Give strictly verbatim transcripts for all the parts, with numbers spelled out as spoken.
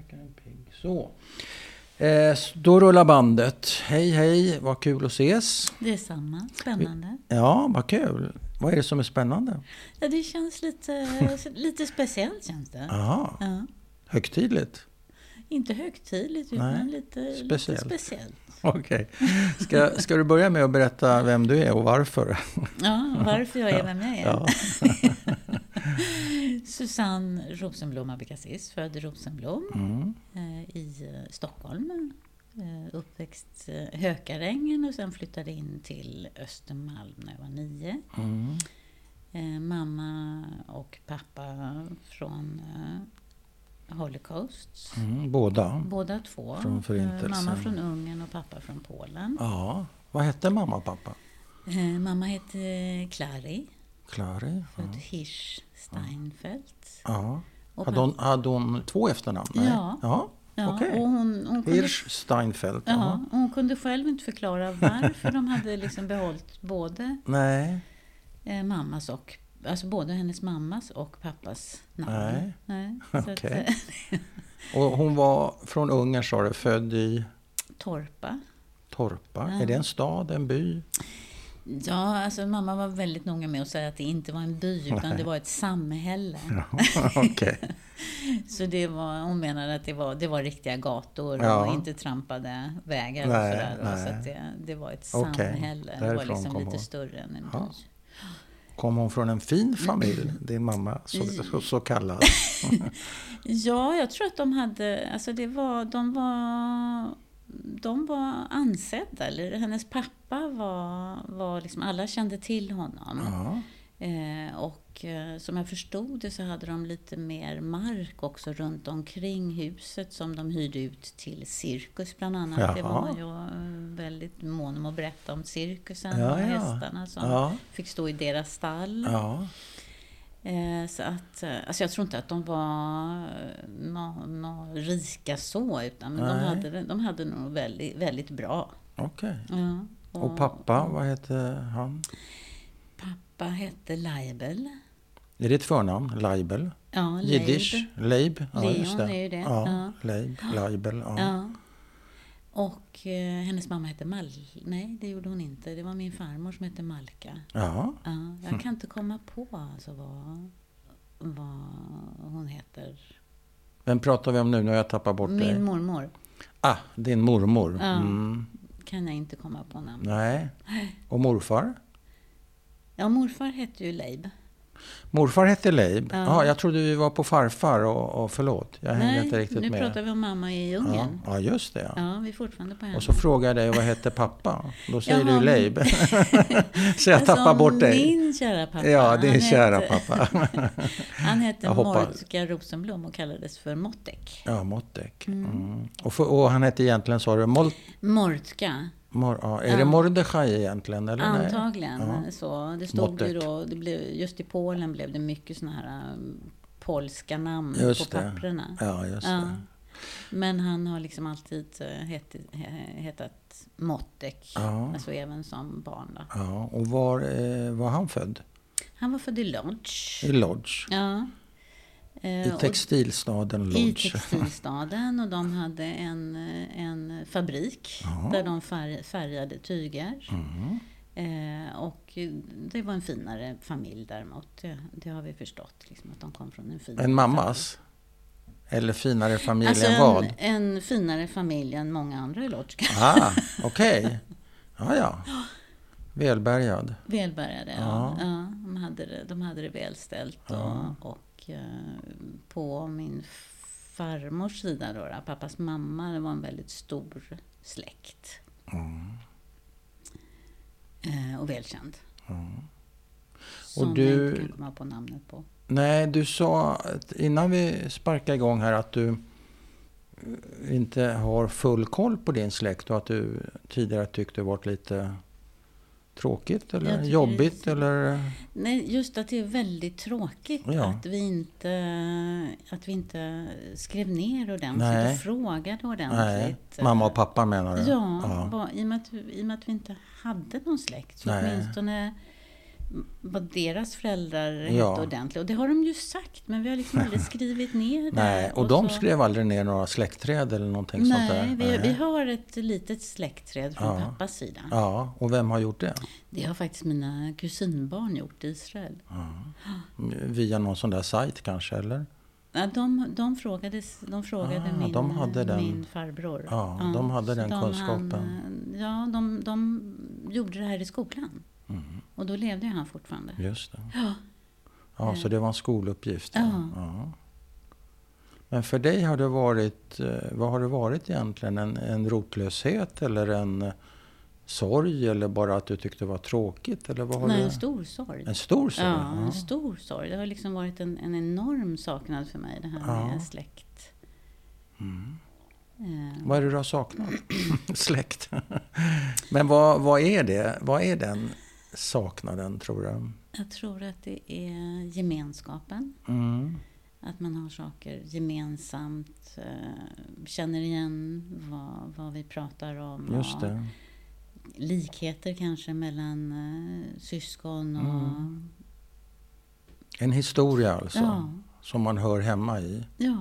verkar en pigg. Så. Eh, då rullar bandet. Hej, hej. Vad kul att ses. Det är samma. Spännande. Ja, vad kul. Vad är det som är spännande? Ja, det känns lite, lite speciellt känns det. Aha. Ja. Högtidligt? Inte högtidligt, utan lite speciellt. Lite speciellt. Okej. Ska, ska du börja med att berätta vem du är och varför? Ja, varför jag är vem jag är. Ja. Susanne Rosenblom Abekasis, född Rosenblom Mm. eh, i Stockholm. Eh, uppväxt eh, Hökarängen och sen flyttade in till Östermalm när jag var nio. Mm. Eh, mamma och pappa från eh, Holocaust. Mm, båda? Båda två. Från förintelsen. Mamma från Ungern och pappa från Polen. Ja. Vad hette mamma och pappa? Eh, mamma hette Clary. Clary? Född Ja. Hirsch Steinfeldt. Ja. Och Hade hon, hade hon två efternamn? Nej. Ja. Ja. Ja, Okej. och hon, hon kunde, Hirsch Steinfeldt. ja, Ja. och hon kunde själv inte förklara varför de hade liksom behållit både Nej. eh, mammas och alltså både hennes mammas och pappas namn. Nej. Nej, så att, Okej. eh, Och hon var från Ungern, sa du, född i Torpa. Torpa. Ja. Är det en stad, en by? Ja, alltså mamma var väldigt noga med att säga att det inte var en by utan Nej. det var ett samhälle. Ja, okej. Så det var, hon menade att det var, det var riktiga gator Ja. och inte trampade vägar och Nej, sådär. nej. Så att det, det var ett Okej, samhälle. Det var därifrån liksom kom lite hon. större än en by. Ja. Kom hon från en fin familj, din mamma, så, så, så kallad? Ja, jag tror att de hade, alltså det var, de var, de var ansedda, eller hennes pappa var, var liksom, alla kände till honom. Ja. Eh, och eh, som jag förstod det så hade de lite mer mark också runt omkring huset som de hyrde ut till cirkus bland annat. Jaha. Det var man ju eh, väldigt mån om att berätta om cirkusen Ja, och ja. hästarna som Ja. fick stå i deras stall. Ja. Eh, så att, eh, alltså jag tror inte att de var nå nå rika så, utan men de Nej. hade, det- de hade nog väldigt, väldigt bra. Okej. Ja, Och pappa, vad heter han? Pappa hette Leibel. Är det ett förnamn? Leibel? Ja, Leib. Jiddisch? Leib? Ja, Leon just det. är ju det. Ja, Ja. Leib, Leibel. Ja. Ja. Och eh, hennes mamma hette Mal... Nej, det gjorde hon inte. Det var min farmor som hette Malka. Ja. Ja, jag kan inte komma på alltså vad, vad hon heter. Vem pratar vi om nu? Nu har jag tappat bort dig. Min mormor Ah, din mormor. Ja. Mm. kan jag inte komma på namn. Nej. Och morfar? Ja, morfar hette ju Leib. Morfar hette Leib. Ja. Ja. Jag trodde vi var på farfar och, och förlåt. Jag hängde Nej, inte riktigt nu med. pratar vi om mamma i Ja, Ungern. ja, just det. Ja. Ja, vi är fortfarande på henne. Och så frågar jag dig, vad hette pappa? Då säger Jaha, du Leib. Så jag Alltså, tappar bort dig. Min kära pappa. Ja, din han kära hette, pappa. Han hette Jag hoppas- Mordka Rosenblom och kallades för Mottek. Ja, Mottek. Mm. Och, för, och han hette egentligen, sa du, Mol, Mordka. Mor, ja, är Ja. det Mordechai egentligen? Eller nej? Antagligen. Ja. Så det stod Mottek. ju då, det blev, just i Polen blev det mycket såna här um, polska namn Just på det. papperna. Ja, just Ja. det. Men han har liksom alltid uh, het, he- hetat Mottek. Ja. Alltså även som barn då. Ja, och var eh, var han född? Han var född i Lodz. I Lodz. Ja. Eh, I och- textilstaden I Lodz. textilstaden, och de hade en, en fabrik Ja. där de färg, färgade tyger. Mm. Eh, och det var en finare familj däremot. Det, det har vi förstått, liksom, att de kom från en finare En mammas? Eller finare familj familj. än Alltså vad? en, en finare familj än många andra i Lodz. Ah, okej. Ja, ja. Välbärgad. Välbärgade, ja. Ja. ja. de, hade det, de hade det välställt. Ja. Och, och eh, på min farmors sida då, då, pappas mamma, det var en väldigt stor släkt. Mm. Eh, och välkänd. Mm. Som Och du- jag inte kan komma på namnet på. Nej, du sa att innan vi sparkar igång här att du inte har full koll på din släkt och att du tidigare tyckte det varit lite tråkigt Jag eller tycker jobbigt det är- eller... Nej, just att det är väldigt tråkigt Ja. att, vi inte, att vi inte skrev ner ordentligt Nej. och frågade ordentligt. Nej, mamma och pappa menar du? Ja, Ja. Bara, i, och med att, i och med att vi inte hade någon släkt. Så Nej. åtminstone vad deras föräldrar hette Ja. ordentligt. Och det har de ju sagt, men vi har liksom aldrig skrivit ner det. Nej, och, och de så... skrev aldrig ner några släktträd eller någonting Nej, sånt där? vi, Nej, vi har ett litet släktträd från Ja. pappas sida. Ja, och vem har gjort det? Det har faktiskt mina kusinbarn gjort i Israel. Ja. Via någon sån där sajt kanske, eller? Ja, de, de frågade, de frågade Ah, min, de hade den- min farbror. Ja, de hade så den de kunskapen. hann- ja, de, de gjorde det här i skolan. Mm, Och då levde han fortfarande. just det. Ja. Ja, så det var en skoluppgift. Ja. Ja. Men för dig har det varit, eh, vad har det varit egentligen? En, en rotlöshet eller en eh, sorg eller bara att du tyckte det var tråkigt? Eller vad har Nej, du? en stor sorg. En stor sorg? Ja, en stor sorg. Det har liksom varit en, en enorm saknad för mig, det här Ja. med släkt. Mm. Eh, Vad är det du har saknat? Släkt. Men vad, vad är det? Vad är den saknaden, tror du? Jag tror att det är gemenskapen. Mm. Att man har saker gemensamt, eh, känner igen vad, vad vi pratar om. Just och det. likheter kanske mellan eh, syskon och... Mm. En historia alltså, Ja, som man hör hemma i. ja.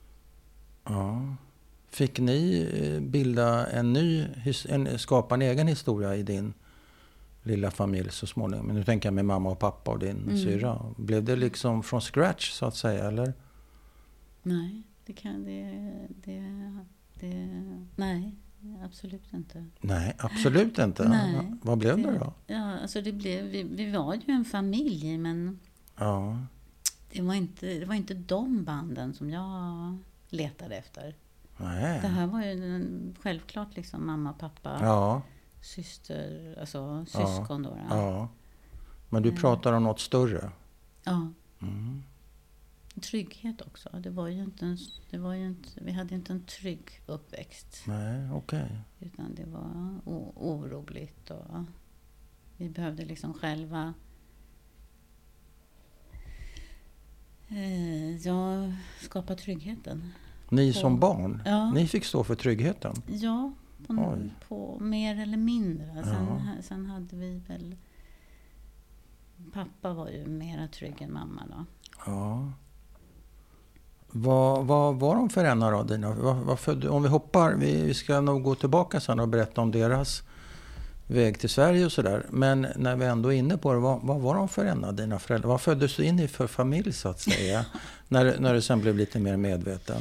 Ja. Fick ni eh, bilda en ny, his- en, skapa en egen historia i din lilla familj så småningom? Men nu tänker jag med mamma och pappa och din Mm. syra. Blev det liksom från scratch så att säga, eller? Nej, det kan det, det, det... Nej, absolut inte. Nej, absolut inte. Nej, Va- Vad blev det det- då? Ja, alltså det blev, vi, vi var ju en familj, men Ja, det var inte, det var inte de banden som jag letade efter. nej. Det här var ju en, självklart liksom mamma, pappa, Ja, syster, alltså syskon då. då. ja. Men du pratar om något större. Ja. Mm. Trygghet också. Det var ju inte en, det var ju inte, vi hade inte en trygg uppväxt. Nej, okej. Utan det var o, oroligt och vi behövde liksom själva eh, ja, skapa tryggheten. Ni På- som barn, Ja. ni fick stå för tryggheten. Ja, på, Oj. på mer eller mindre. Sen, Ja. sen hade vi väl... Pappa var ju mera trygg än mamma då. Ja. Vad, vad var de för ena då, dina? Vad, vad födde, om vi hoppar, vi, vi ska nog gå tillbaka sen och berätta om deras väg till Sverige och sådär. Men när vi ändå är inne på det, vad, vad var de för ena, dina föräldrar? Vad föddes du in i för familj så att säga? när, när du sen blev lite mer medveten.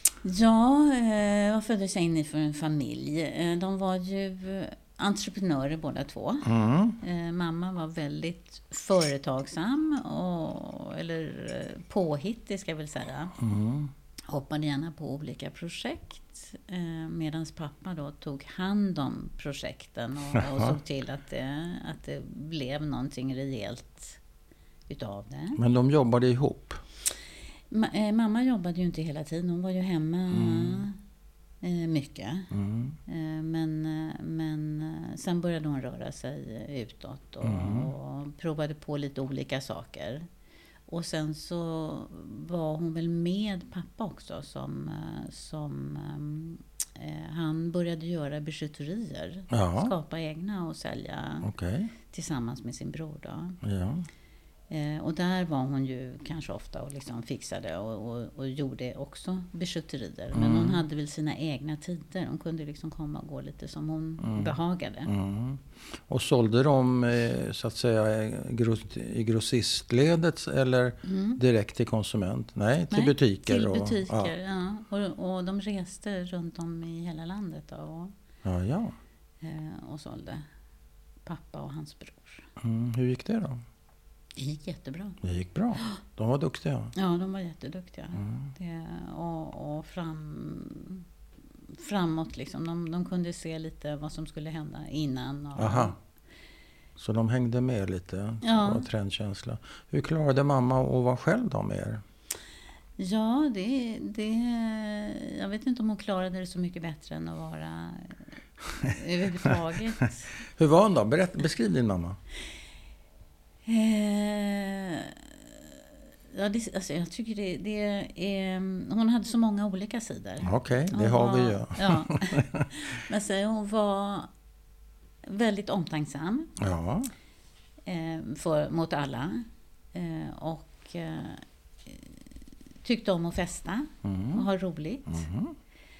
Ja, eh, vad föddes jag in i för en familj? Eh, de var ju eh, entreprenörer båda två. Mm. Eh, mamma var väldigt företagsam, och, eller eh, påhittig ska jag väl säga. Mm. Hoppade gärna på olika projekt. Eh, Medan pappa då tog hand om projekten och, och Jaha. såg till att det, att det blev någonting rejält utav det. Men de jobbade ihop. Ma- eh, mamma jobbade ju inte hela tiden. Hon var ju hemma Mm. eh, mycket. Mm. Eh, men, eh, men eh, sen började hon röra sig utåt och, Mm. och provade på lite olika saker. Och sen så var hon väl med pappa också som, eh, som eh, han började göra bijouterier. Ja, Skapa egna och sälja okej. tillsammans med sin bror då. Ja. Eh, och där var hon ju kanske ofta och liksom fixade och, och, och gjorde också bijouterier. Men Mm. hon hade väl sina egna tider. Hon kunde liksom komma och gå lite som hon Mm. behagade. Mm. Och sålde de eh, så att säga gross- i grossistledet eller Mm. direkt till konsument? Nej, till Nej, butiker. Till och, butiker, ja. Och, och de reste runt om i hela landet då, och, Ja, ja. eh, och sålde. Pappa och hans bror. Mm. Hur gick det då? Det gick jättebra. Det gick bra. De var duktiga. Ja, de var jätteduktiga. Mm. Det, och och fram, framåt liksom. De, de kunde se lite vad som skulle hända innan. Och, Aha. Så de hängde med lite. Ja. Det var trendkänsla. Hur klarade mamma att vara själv då med er? Ja, det, det... Jag vet inte om hon klarade det så mycket bättre än att vara överhuvudtaget. Hur var hon då? Berätt, beskriv din mamma. Eh, ja, det, alltså jag tycker det, det är... Hon hade så många olika sidor. Okej, det Hon har var, vi ju. Ja. Men så hon var väldigt omtänksam. Ja. eh, för, mot alla. Eh, och eh, tyckte om att festa Mm. och ha roligt. Mm.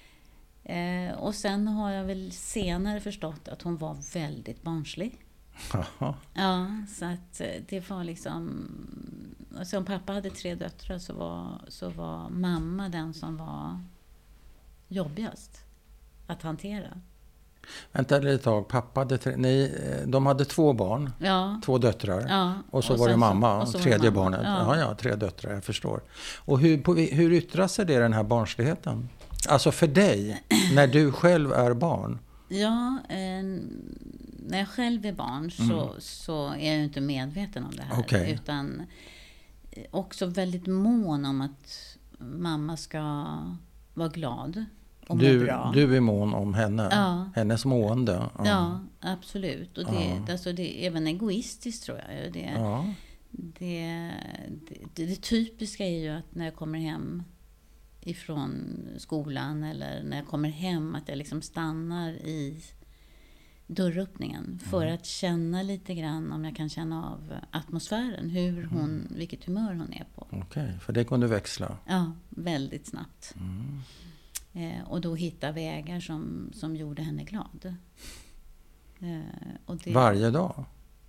Eh, och sen har jag väl senare förstått att hon var väldigt barnslig. Jaha. Ja, så att eh, det var liksom... Alltså om pappa hade tre döttrar så var, så var mamma den som var jobbigast att hantera. Vänta ett tag, pappa hade tre, ni, de hade två barn, Ja. två döttrar. Ja. Och så och var det sen mamma, och så var tredje det mamma. barnet. Ja. Ja, ja, tre döttrar, jag förstår. Och hur, på, hur yttrar sig det, den här barnsligheten? Alltså för dig, när du själv är barn. Ja, eh, när jag själv är barn så, Mm. så är jag ju inte medveten om det här. Okej. Utan också väldigt mån om att mamma ska vara glad och må Du, bra. du är mån om henne, Ja. hennes mående. Ja. Ja, absolut. Och det, Ja. alltså det är även egoistiskt, tror jag. Det, Ja. det, det, det typiska är ju att när jag kommer hem ifrån skolan eller när jag kommer hem att jag liksom stannar i dörröppningen för Mm. att känna lite grann om jag kan känna av atmosfären, hur hon, Mm. vilket humör hon är på. Okej, för det kunde växla. Ja, väldigt snabbt. Mm. Eh, och då hitta vägar som, som gjorde henne glad. Eh, och det, Varje dag?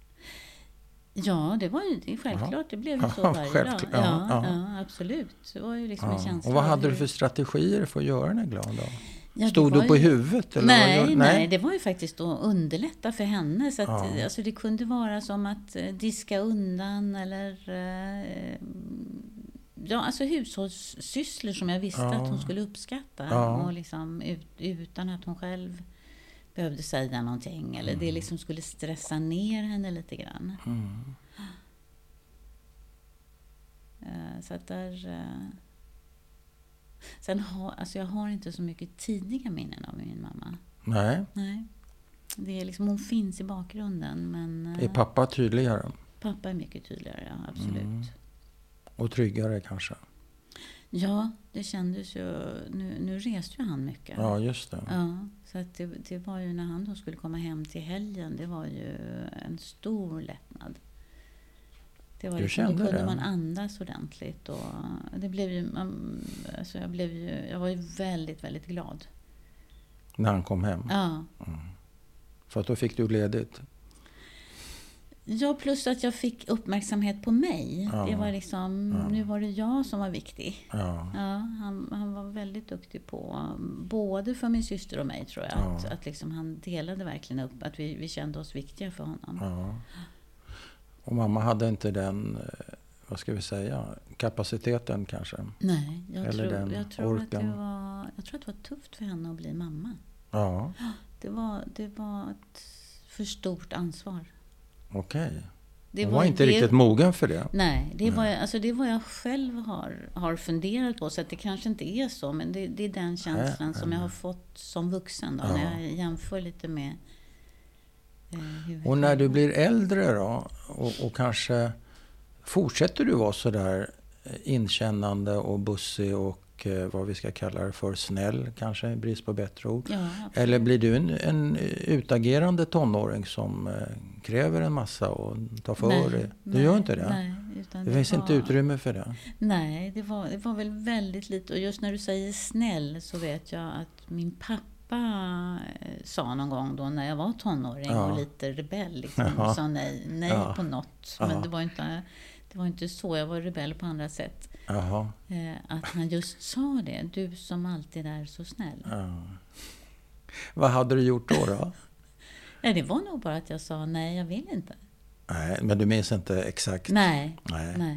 Ja, det var ju det är självklart. Det blev ju så Ja, varje självklart. dag. Ja, Ja, ja. ja. absolut. Det var ju liksom Ja. en känsla. Och vad av hade du hur- för strategier för att göra henne glad då? Ja, det Stod var du på ju- huvudet? Eller Nej, vad nej, gör- nej, det var ju faktiskt att underlätta för henne. Så att, Ja. alltså, det kunde vara som att eh, diska undan eller... Eh, ja, alltså hushållssysslor som jag visste Ja. att hon skulle uppskatta. Ja. Och liksom ut, utan att hon själv behövde säga någonting. Eller det liksom skulle stressa ner henne lite grann. Mm. Eh, Så att där... eh, Sen har, alltså jag har inte så mycket tidiga minnen av min mamma. Nej, Nej. Det är liksom, hon finns i bakgrunden, men eh, är pappa tydligare pappa är mycket tydligare, ja, absolut. Mm. och tryggare kanske? Ja, det kändes ju... Nu, nu reste ju han mycket. Ja, just det. Ja, så att det, det var ju när han då skulle komma hem till helgen, det var ju en stor lättnad. Det var Du liksom, då kände kunde det? man andas ordentligt. Och det blev ju, man, alltså jag, blev ju, jag var ju väldigt, väldigt glad. När han kom hem? Ja. För att då fick du ledigt? Ja, plus att jag fick uppmärksamhet på mig. Ja. Det var liksom, Ja. nu var det jag som var viktig. Ja. Ja, han, han var väldigt duktig på, både för min syster och mig, tror jag. Ja. Att, att liksom han delade verkligen upp, att vi, vi kände oss viktiga för honom. Ja. Och mamma hade inte den, eh, vad ska vi säga, kapaciteten kanske? Nej, jag Eller tror, den jag, tror att det orken. var, jag tror att det var tufft för henne att bli mamma. Ja, Det var, det var ett för stort ansvar. okej. Det Hon var inte det, riktigt mogen för det. Nej, det var, alltså det var jag själv har, har funderat på. Så att det kanske inte är så, men det, det är den känslan Nej, som nej. jag har fått som vuxen då, Ja. när jag jämför lite med eh, hur Och när du blir äldre då, och, och kanske fortsätter du vara så där inkännande och bussig och eh, vad vi ska kalla det för, snäll kanske, i brist på bättre ord. Ja, absolut. Eller blir du en, en utagerande tonåring som eh, kräver en massa och tar för Nej, dig? Du nej, gör inte det? Nej, utan Det finns var, inte utrymme för det. Nej, det var, det var väl väldigt lite. Och just när du säger snäll så vet jag att min pappa eh, sa någon gång då när jag var tonåring Ja. och lite rebell liksom, Ja. och sa nej, nej Ja. på något. Ja. Men det var inte, det var inte så, jag var rebell på andra sätt. Jaha. Eh, att han just sa det, du som alltid är så snäll. Ja. Vad hade du gjort då? då? Ja, det var nog bara att jag sa nej, jag vill inte. Nej, men du minns inte exakt? Nej, Nej. nej.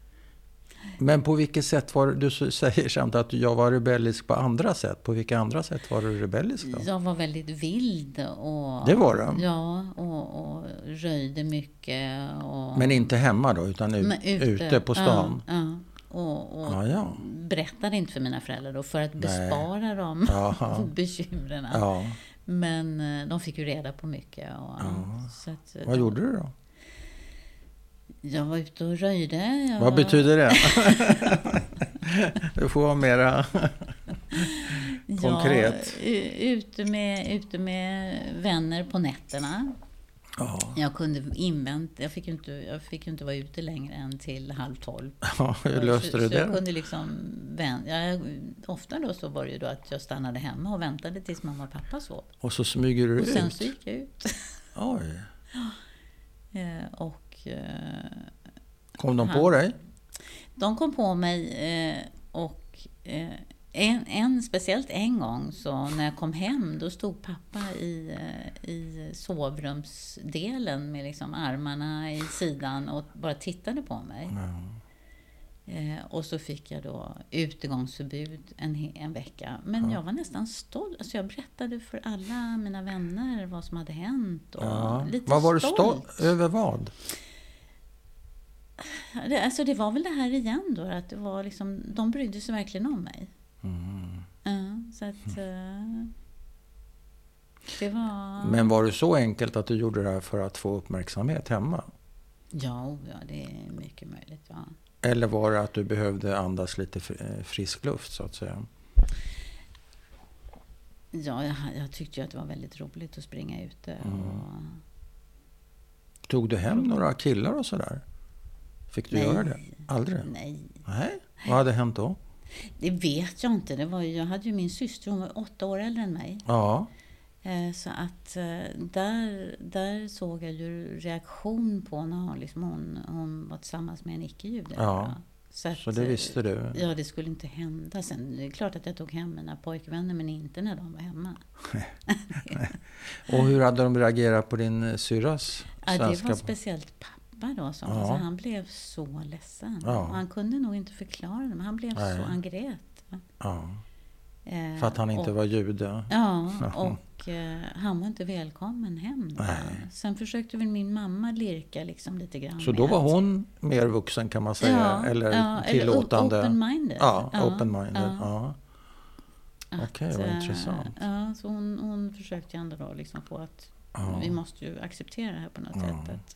Men på vilket sätt var du, du säger samt att jag var rebellisk på andra sätt. På vilka andra sätt var du rebellisk då? Jag var väldigt vild och... Det var du? Ja, och, och röjde mycket. Och, Men inte hemma då, utan ut, men ute, på stan? Ja, ja. Och, och Ja, ja. berättade inte för mina föräldrar då för att Nej. bespara dem Jaha. bekymren. Ja. Men eh, de fick ju reda på mycket. Och, Ja. så att, Vad gjorde du då? Jag var ute och röjde. Jag Vad var, betyder det? Du får vara mera konkret. Ja, u- ute, med, ute med vänner på nätterna. Ja. Jag kunde invänta, jag fick ju inte, jag fick ju inte vara ute längre än till halv tolv. Ja, hur löste så, du så det? jag kunde liksom vänta. Jag, ofta då så var det ju då att jag stannade hemma och väntade tills mamma och pappa sov. Och så smyger du och ut? Och sen så gick jag ut. Oj. eh, och... Eh, kom de han, på dig? De kom på mig eh, och... Eh, En, en, speciellt en gång så när jag kom hem, då stod pappa i, i sovrumsdelen med liksom armarna i sidan och bara tittade på mig. Ja. Eh, och så fick jag då utegångsförbud en, en vecka. Men Ja. jag var nästan stolt. Alltså jag berättade för alla mina vänner vad som hade hänt. Och Ja. lite Vad var du stolt. stolt över vad? Det, alltså det var väl det här igen då, att det var liksom, de brydde sig verkligen om mig. Mm. Ja, så att uh, det var... Men var det så enkelt att du gjorde det här för att få uppmärksamhet hemma? Ja, ja, det är mycket möjligt, ja. Eller var det att du behövde andas lite frisk luft, så att säga? Ja, jag, jag tyckte ju att det var väldigt roligt att springa ute. Mm. Och... Tog du hem några killar och sådär? Fick du Nej. göra det? Aldrig? Nej. Nej. Vad hade hänt då? Det vet jag inte. Det var ju, jag hade ju min syster, hon var åtta år äldre än mig. Ja. Eh, så att eh, där, där såg jag ju reaktion på när hon, liksom, hon, hon var tillsammans med en icke-jude. Ja. Så, att, Så det visste du? Ja, det skulle inte hända. Sen det är klart att jag tog hem mina pojkvänner, men inte när de var hemma. Och hur hade de reagerat på din syrras Ja, det svenska? var speciellt pappa då. Som, Ja. så han blev så ledsen. Ja. Och han kunde nog inte förklara det, men han blev Nej. så, han grät. Ja. Eh, För att han inte och, var jude? Ja, och eh, han var inte välkommen hem. Då. Nej. Sen försökte väl min mamma lirka liksom lite grann. Så då med var att- hon mer vuxen, kan man säga? Ja, eller ja, tillåtande? Eller open-minded. Ja, Ja, open-minded. Ja. Att, Okej, vad eh, intressant. Ja, så hon, hon försökte ju ändå då liksom få att Ja. vi måste ju acceptera det här på något Ja. sätt. Att,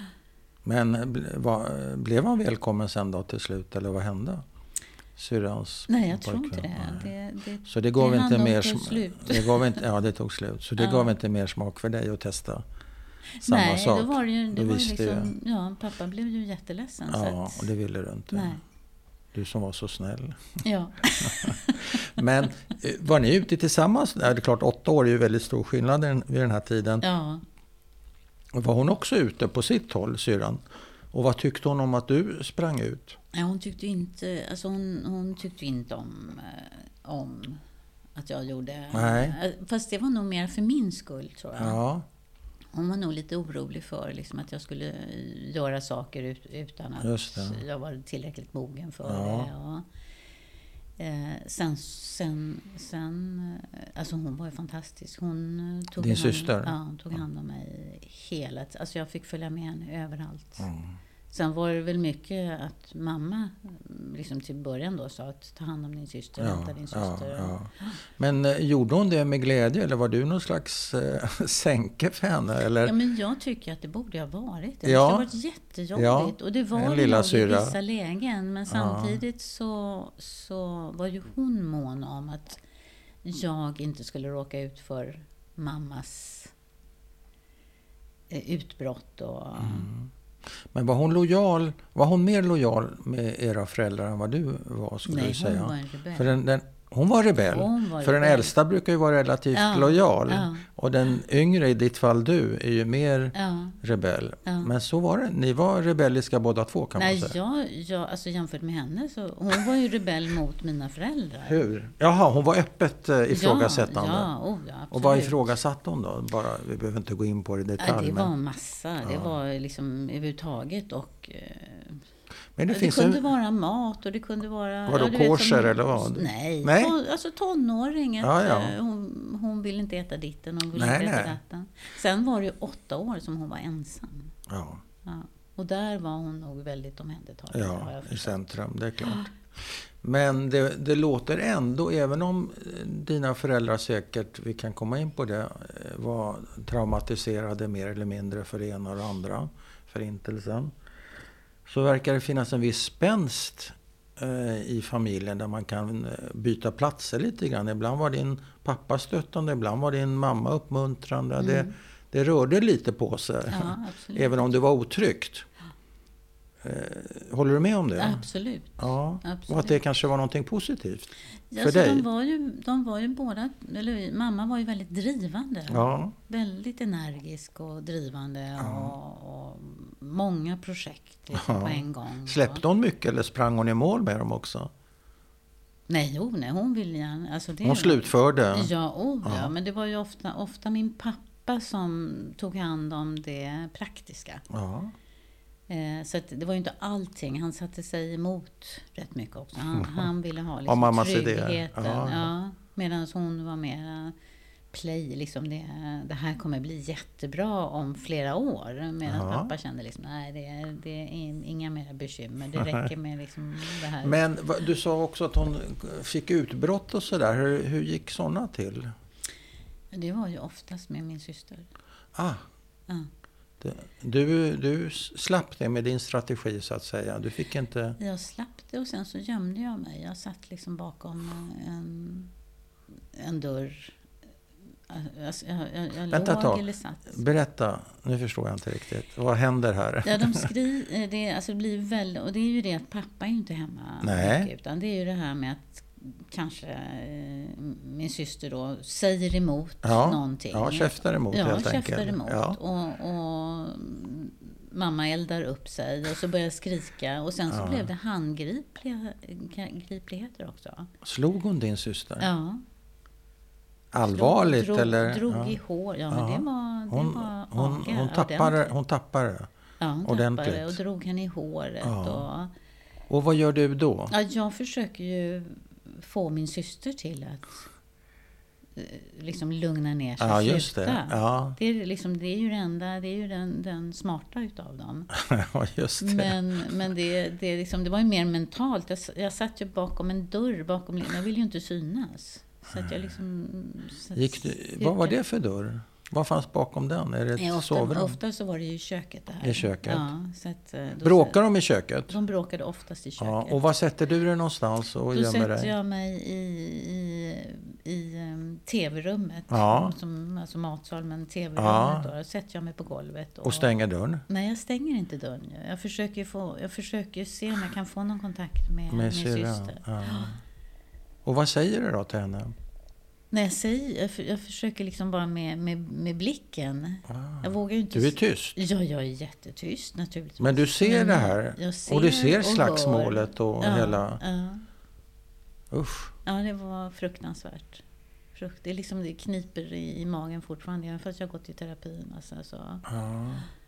Men ble- var, blev han välkommen sen då till slut? Eller vad hände? Syrrans nej, jag tror pojkvän? inte det. Nej. det, det Så det gav det inte hann nog mer ta sm- slut. det gav inte, ja, det tog slut. Så det Ja. gav inte mer smak för dig att testa samma nej, sak? då var det ju, det Du var ju visste liksom, ja, pappa blev ju jätteledsen. så Ja, att, och det ville du inte. nej, Du som var så snäll. ja. Men eh, var ni ute tillsammans? Ja, det är klart, åtta år är ju väldigt stor skillnad den- vid den här tiden. ja. Var hon också ute på sitt håll, syrran? Och vad tyckte hon om att du sprang ut? Ja, hon tyckte inte, alltså hon, hon tyckte inte om, eh, om att jag gjorde... Nej. eh, Fast det var nog mer för min skull, tror jag. Ja, Hon var nog lite orolig för liksom, att jag skulle göra saker ut, utan att Just det. jag var tillräckligt mogen för Ja. det. Och, eh, sen, sen, sen, eh, alltså hon var ju fantastisk. Hon eh, tog Din hand, syster? Ja, hon tog hand om mig hela tiden. Alltså jag fick följa med henne överallt. mm. Sen var det väl mycket att mamma liksom till början då sa att ta hand om din syster, ja, hämta din ja, syster. ja. Men eh, gjorde hon det med glädje? Eller var du någon slags eh, sänke för henne? Eller? Ja, men jag tycker att det borde ha varit. Det Ja. måste ha varit jättejobbigt. Ja, Och det var en det lilla nog i syra. vissa lägen. Men samtidigt så, så var ju hon mån om att jag inte skulle råka ut för mammas eh, utbrott. Och, Mm. Men var hon lojal? Var hon mer lojal med era föräldrar än vad du var, skulle nej, du säga? hon var en rebell. För den, den, hon var rebell. Hon var För den rebell. äldsta brukar ju vara relativt Ja, lojal. ja. Och den yngre, i ditt fall du, är ju mer Ja. rebell. Ja. Men så var det. Ni var rebelliska båda två, kan Nej, man säga. jag, jag, alltså jämfört med henne så hon var ju rebell mot mina föräldrar. Hur? Jaha, hon var öppet eh, ifrågasättande. Ja, ja, oh, ja, Och vad absolut. ifrågasatte hon då? Bara, vi behöver inte gå in på det i detalj. Ja, det men var en massa. Det Ja. var liksom överhuvudtaget. Och, eh, men det, det finns kunde en... vara mat och det kunde vara... Vadå, ja, du vet, kosher som- eller vad? Nej, Nej. ton, alltså tonåring. Att, Ja, ja. eh, Hon, hon ville inte äta ditten, hon ville Nej, inte äta nej. datten. Sen var det ju åtta år som hon var ensam. Ja, Ja. Och där var hon nog väldigt omhändertagen. har ja jag i förstått. centrum, det är klart. Men det, det låter ändå, även om eh, dina föräldrar säkert, vi kan komma in på det, eh, var traumatiserade mer eller mindre för det ena och det andra, förintelsen. Så verkar det finnas en viss spänst eh, i familjen där man kan eh, byta platser lite grann. Ibland var din pappa stöttande, ibland var din mamma uppmuntrande. Mm. Det, det rörde lite på sig. Ja, absolut. Även om det var otryggt. Håller du med om det? Absolut. Ja. Absolut. Och att det kanske var någonting positivt för alltså, dig? De var, ju, de var ju båda, eller mamma var ju väldigt drivande. Ja. Väldigt energisk och drivande. Ja. Och, och många projekt liksom, Ja. på en gång. Släppte hon mycket eller sprang hon i mål med dem också? Nej, jo, nej hon ville gärna. Alltså det, Hon slutförde? Ja, oh, ja. Ja. Men det var ju ofta, ofta min pappa som tog hand om det praktiska. Ja. Eh, så att det var ju inte allting. Han satte sig emot rätt mycket också. Han, han ville ha liksom, Om mammas tryggheten. idéer. Ja. Ja, medan hon var mer play. Liksom det, det här kommer bli jättebra om flera år. Medan Ja. pappa kände liksom, nej, det är, det är inga mer bekymmer. Det räcker med liksom det här. Men du sa också att hon fick utbrott och sådär. Hur, hur gick sådana till? Det var ju oftast med min syster. Ah. Ja. Du, du slapp det med din strategi så att säga. Du fick inte... Jag slapp det och sen så gömde jag mig. Jag satt liksom bakom en, en dörr. Alltså, jag jag, jag Vänta låg ett tag. eller satt. Berätta, nu förstår jag inte riktigt. Vad händer här? Ja, de skriver, det, alltså, det blir väl, och det är ju det att pappa är ju inte hemma. Nej. Mycket, utan det är ju det här med att kanske eh, min syster då säger emot Ja, någonting. ja, käftar emot ja, helt käftar enkelt. Emot. Ja. Och, och mamma eldar upp sig och så börjar skrika. Och sen så Ja. blev det handgripligheter också. Slog hon din syster? Ja. Allvarligt drog, eller? Drog Ja. i hår. Ja, men Ja. det var, det Hon, var hon, aga, hon, tappade, ordentligt. hon tappade. Ja, hon ordentligt. tappade och drog henne i håret. Ja. Och, Och vad gör du då? ja, jag försöker ju få min syster till att eh, liksom lugna ner sig. Ja, just sluta. det. Ja, Det är, liksom, det är ju det enda, det är ju den, den smarta utav dem. ja just det. Men, men det, det, är liksom, det var ju mer mentalt. Jag, jag satt ju bakom en dörr, bakom, jag ville ju inte synas. Så att jag liksom... Så Gick du, vad var det för dörr? Vad fanns bakom den? Är det ett Ja, ofta, sovrum? ofta så var det ju i köket där. I köket? Ja, så att, eh, då Bråkar de i köket? De bråkade oftast i köket. Ja, och var sätter du dig någonstans och Då gömmer sätter dig? jag mig i, i, i um, tv-rummet. Ja. Som, alltså matsal, men tv-rummet. Ja. Då. Då sätter jag mig på golvet. Och, Och stänger dörren? Nej, jag stänger inte dörren. Jag försöker, få, jag försöker se om jag kan få någon kontakt med, Med min syrran? syster. Ja. Och vad säger du då till henne? Nej, jag, säger, jag, för, jag försöker liksom bara med, med, med blicken. Ah. Jag vågar ju inte... Du är tyst? Ja, jag är jättetyst naturligtvis. Men du ser Men det här? jag ser Och du ser och slagsmålet hör. och ja, hela... Ja. Usch. Ja, det var fruktansvärt. Frukt. Det är liksom, det kniper i, i magen fortfarande, även fast jag har gått i terapin. Alltså, så. Ja.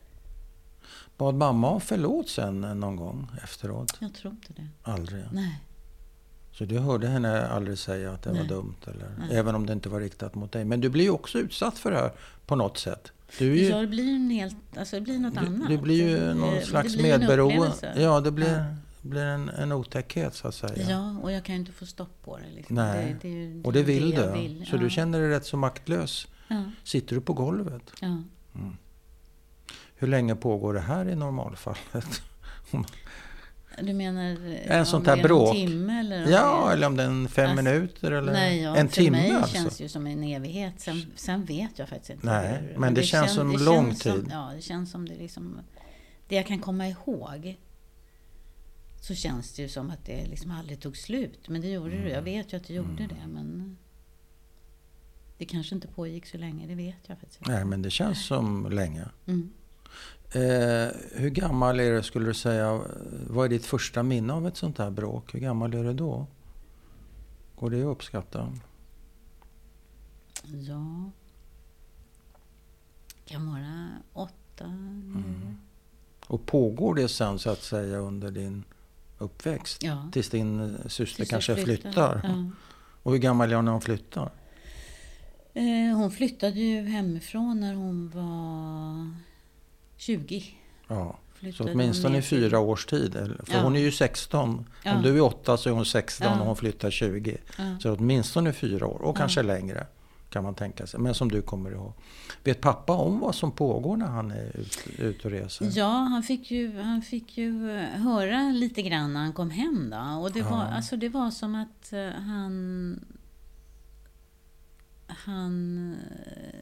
Bad mamma om förlåt sen någon gång efteråt? Jag tror inte det. Aldrig? Nej. Så du hörde henne aldrig säga att det Nej. var dumt? Eller? Nej. Även om det inte var riktat mot dig. Men du blir ju också utsatt för det här på något sätt. Du, är ju, Ja, det blir en helt, alltså det blir något du, annat. du blir ju någon Det- slags det blir en medberoende. upplevelse. Ja, det blir, Ja. blir en, en otäckhet så att säga. Ja, och jag kan ju inte få stopp på det. Liksom. Nej. Det, det, är ju- Och det vill jag du. vill. Så ja. du känner dig rätt så maktlös. Ja, Sitter du på golvet? ja. Hur länge pågår det här i normalfallet? Du menar En om sånt det här är bråk. en timme? Eller om Ja, det är... eller om det är en fem Alltså, minuter eller Nej, ja, en för timme mig alltså. känns det ju som en evighet. Sen, sen vet jag faktiskt inte. Nej, hur. men det känns som lång känns som, tid. Ja, det känns som det liksom... Det jag kan komma ihåg, så känns det ju som att det liksom aldrig tog slut. Men det gjorde Mm. det. Jag vet ju att det gjorde det, men... Det kanske inte pågick så länge, det vet jag faktiskt inte. Nej, men det känns som länge. Mm. Eh, hur gammal är du, skulle du säga? Vad är ditt första minne av ett sånt här bråk? Hur gammal är du då? Går det att uppskatta? Ja... Kan vara åtta, nio. Och pågår det sen så att säga under din uppväxt? Ja. Tills din syster Tills kanske jag flyttar? Ja. Och hur gammal är hon när hon flyttar? Eh, hon flyttade ju hemifrån när hon var tjugo. Ja. Så Flyttade åtminstone hon i ner till- fyra års tid. eller- För Ja. hon är ju sexton. Ja. Om du är åtta så är hon sexton Ja. och hon flyttar tjugo. Ja. Så åtminstone fyra år. Och Ja. kanske längre kan man tänka sig. Men som du kommer ihåg. Vet pappa om vad som pågår när han är ute ut och reser? Ja, han fick ju, han fick ju eh, höra lite grann när han kom hem då. Och det, Ja. var, alltså det var som att eh, han... Han...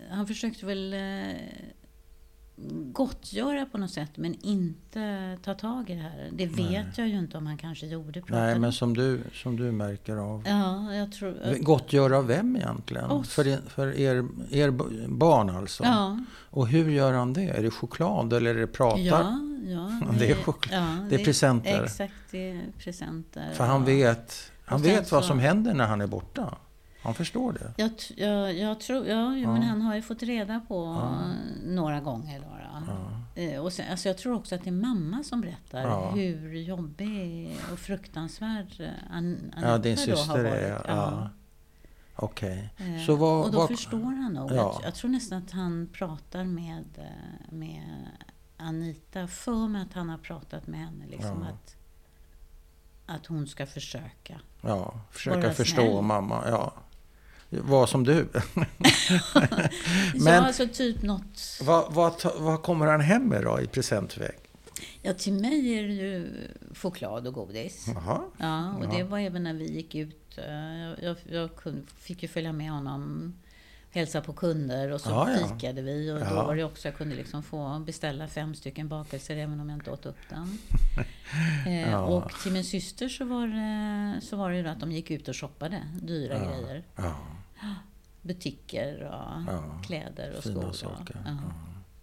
han försökte väl eh, gottgöra på något sätt, men inte ta tag i det här. Det vet Nej. jag ju inte om han kanske gjorde. Nej, men som du, som du märker av. Ja, jag tror... Att... Gottgöra vem egentligen? Oss. För, er, för er, er barn alltså? Ja. Och hur gör han det? Är det choklad eller är det pratar? Ja, ja. Det, det är choklad. Ja, det är presenter. Exakt, det är presenter. För han ja. vet, han vet vad så... som händer när han är borta. Han förstår det. Jag, jag, jag tror, ja, ja, men han har ju fått reda på ja. några gånger. Då, då. Ja. Och sen, alltså jag tror också att det är mamma som berättar ja. hur jobbig och fruktansvärd An- Anita ja, din syster då har varit. Är, ja. Ja. Okej. Okay. Så vad, och då vad... förstår han nog. Ja. Jag, jag tror nästan att han pratar med, med Anita. För mig att han har pratat med henne. Liksom, ja. att, att hon ska försöka. Ja, försöka Vara förstå snäll. mamma. Ja. Var som du. Men, ja, alltså typ något... Vad, vad, vad kommer han hem med då i presentväg? Ja, till mig är det ju choklad och godis. Jaha. Ja, och Jaha. det var även när vi gick ut. Jag, jag, jag kunde, fick ju följa med honom, hälsa på kunder och så ja, ja. fikade vi. Och ja. då var det också, jag kunde liksom få beställa fem stycken bakelser även om jag inte åt upp dem. eh, ja. Och till min syster så var det, så var det ju att de gick ut och shoppade dyra ja. grejer. Ja. Butiker och ja. kläder och Fina skor. saker. Och, ja. Ja.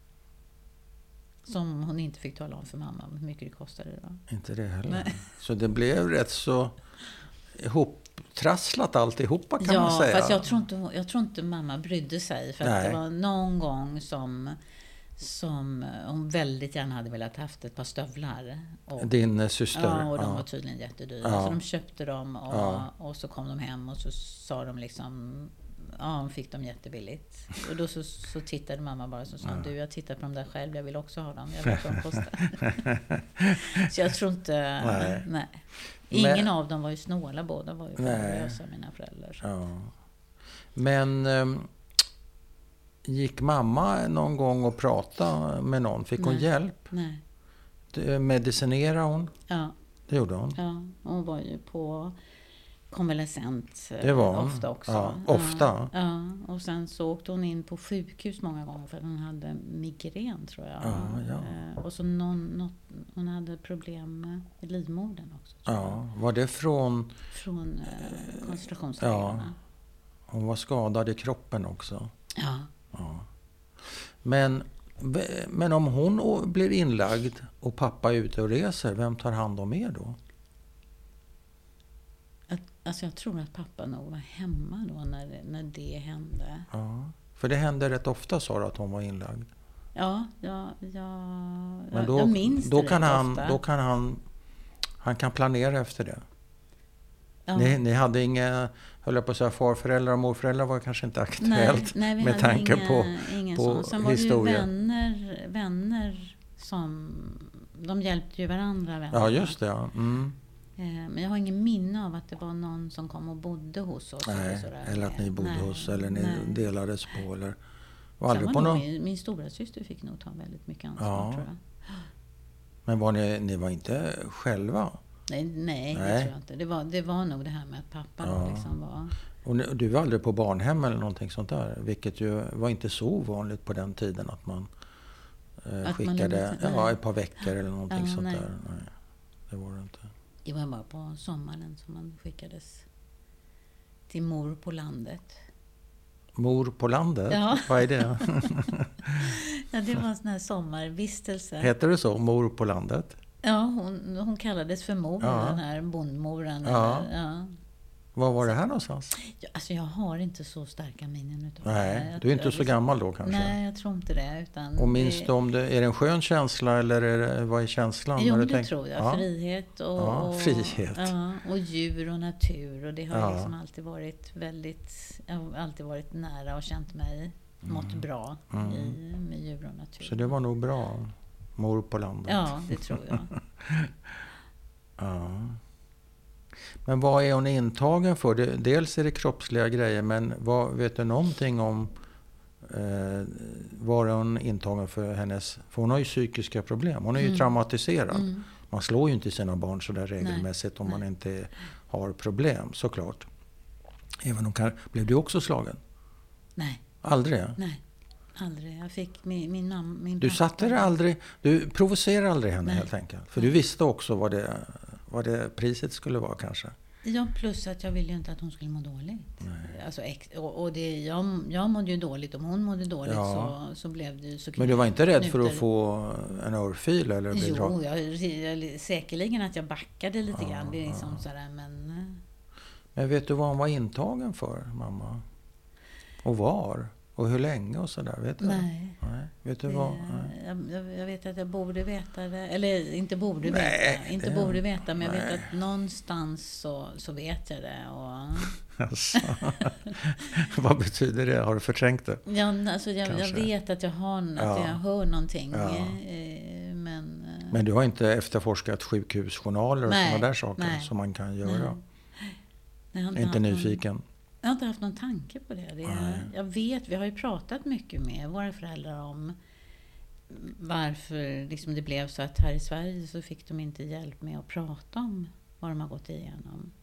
Som hon inte fick tala om för mamma hur mycket det kostade då. Inte det heller. Nej. Så det blev rätt så ihoptrasslat alltihopa kan ja, man säga. Ja, fast jag tror, inte, jag tror inte mamma brydde sig. För att det var någon gång som, som hon väldigt gärna hade velat haft ett par stövlar. Och, Din syster? Ja, och de ja. var tydligen jättedyra. Ja. Så de köpte dem och, ja. och så kom de hem och så sa de liksom... Ja, de fick dem jättebilligt. Och då så, så tittade mamma bara så sa ja. Du, jag tittar på dem där själv, jag vill också ha dem. Jag vet vad de kostar. Så jag tror inte... Nej. nej. Ingen Men, av dem var ju snåla, båda var ju generösa, mina föräldrar. Ja. Men ähm, gick mamma någon gång och pratade med någon? Fick hon nej. hjälp? Nej. Medicinerade hon? Ja. Det gjorde hon? Ja, hon var ju på... konvalescent det var hon. ofta också. Ja, ofta? Ja, ja, och sen så åkte hon in på sjukhus många gånger för att hon hade migrän tror jag. Ja, ja. Och så någon, något, hon hade problem med livmodern också. Ja, var det från... Från eh, koncentrationslägren. Ja, hon var skadad i kroppen också. Ja. ja. Men, men om hon blir inlagd och pappa är ute och reser, vem tar hand om er då? Alltså jag tror att pappa nog var hemma då när, när det hände. Ja, för det hände rätt ofta, sa du, att hon var inlagd. Ja, ja, ja Men då, jag minns då det kan han, ofta. Då kan han, han kan planera efter det. Ja. Ni, ni hade inga, höll jag på att säga, farföräldrar och morföräldrar var kanske inte aktuellt nej, nej, med tanke inga, på, ingen på sån. Sen var historia. det ju vänner, vänner som, de hjälpte ju varandra. Vänner. Ja, just det. Ja. Mm. Men jag har ingen minne av att det var någon som kom och bodde hos oss. Nej, eller, eller att ni bodde nej, hos, eller ni nej. delades på. Eller, var Sen aldrig var på någon... min, min stora syster fick nog ta väldigt mycket ansvar, ja. tror jag. Men var ni, ni var inte själva? Nej, nej, nej. Det tror jag inte. Det var, det var nog det här med att pappa ja. liksom var... Och ni, du var aldrig på barnhem eller någonting sånt där? Vilket ju var inte så ovanligt på den tiden att man eh, att skickade man, ja, ett par veckor eller någonting ja, sånt nej. där. Nej, det var det inte. Det var bara på sommaren som man skickades till mor på landet. Mor på landet? Ja. Vad är det? Ja, det var en sån här sommarvistelse. Heter det så? Mor på landet? Ja, hon, hon kallades för mor, ja. den här bondmoren. Ja. Eller, ja. Var var det här någonstans? Ja, alltså jag har inte så starka minnen utav Nej, det. du är inte jag, så liksom, gammal då kanske? Nej, jag tror inte det. Utan och minns det, du om det, är det en skön känsla eller är det, vad är känslan? Jo, du det tänk, tror jag. Ja. Frihet och, Ja, frihet. Ja, och djur och natur. Och det har Ja. liksom alltid varit väldigt, jag har alltid varit nära och känt mig, mått Mm. bra Mm. i, med djur och natur. Så det var nog bra, mor på landet. Ja, det tror jag. Ja. Men vad är hon intagen för? Det, dels är det kroppsliga grejer, men vad, vet du någonting om eh, vad är hon intagen för hennes... För hon har ju psykiska problem. Hon är ju Mm. traumatiserad. Mm. Man slår ju inte sina barn så där regelmässigt Nej. om Nej. man inte har problem, såklart. Även om kan, blev du också slagen? Nej. Aldrig? Nej. aldrig. Jag fick min, min mamma, min Du pappa. satte det aldrig, du provocerade aldrig henne. Nej. Helt enkelt. För du visste också vad det, vad det priset skulle vara kanske. Ja, plus att jag ville ju inte att hon skulle må dåligt. Alltså, och och det, jag, jag mådde ju dåligt. Om hon mådde dåligt ja. så, så blev det ju så. Men du var inte rädd för att få en örfil eller bli drag? Jo, jag, jag, säkerligen att jag backade lite ja, grann. Det är liksom ja. sådär, men... Men vet du vad hon var intagen för, mamma? Och var? Och hur länge och sådär, vet du? Nej. Nej. Vet du vad? Nej. Jag, jag vet att jag borde veta det. Eller inte borde Nej, veta. Inte det... borde veta, men jag Nej. vet att någonstans så, så vet jag det. Och... Alltså. Vad betyder det? Har du förträngt det? Ja, alltså jag, jag vet att jag, har, att ja. jag hör någonting. Ja. Men, men du har inte efterforskat sjukhusjournaler och sådana där saker Nej. som man kan göra? Nej. Är inte nyfiken? Någon... Jag har inte haft någon tanke på det. det är, jag vet, vi har ju pratat mycket med våra föräldrar om varför liksom det blev så att här i Sverige så fick de inte hjälp med att prata om vad de har gått igenom.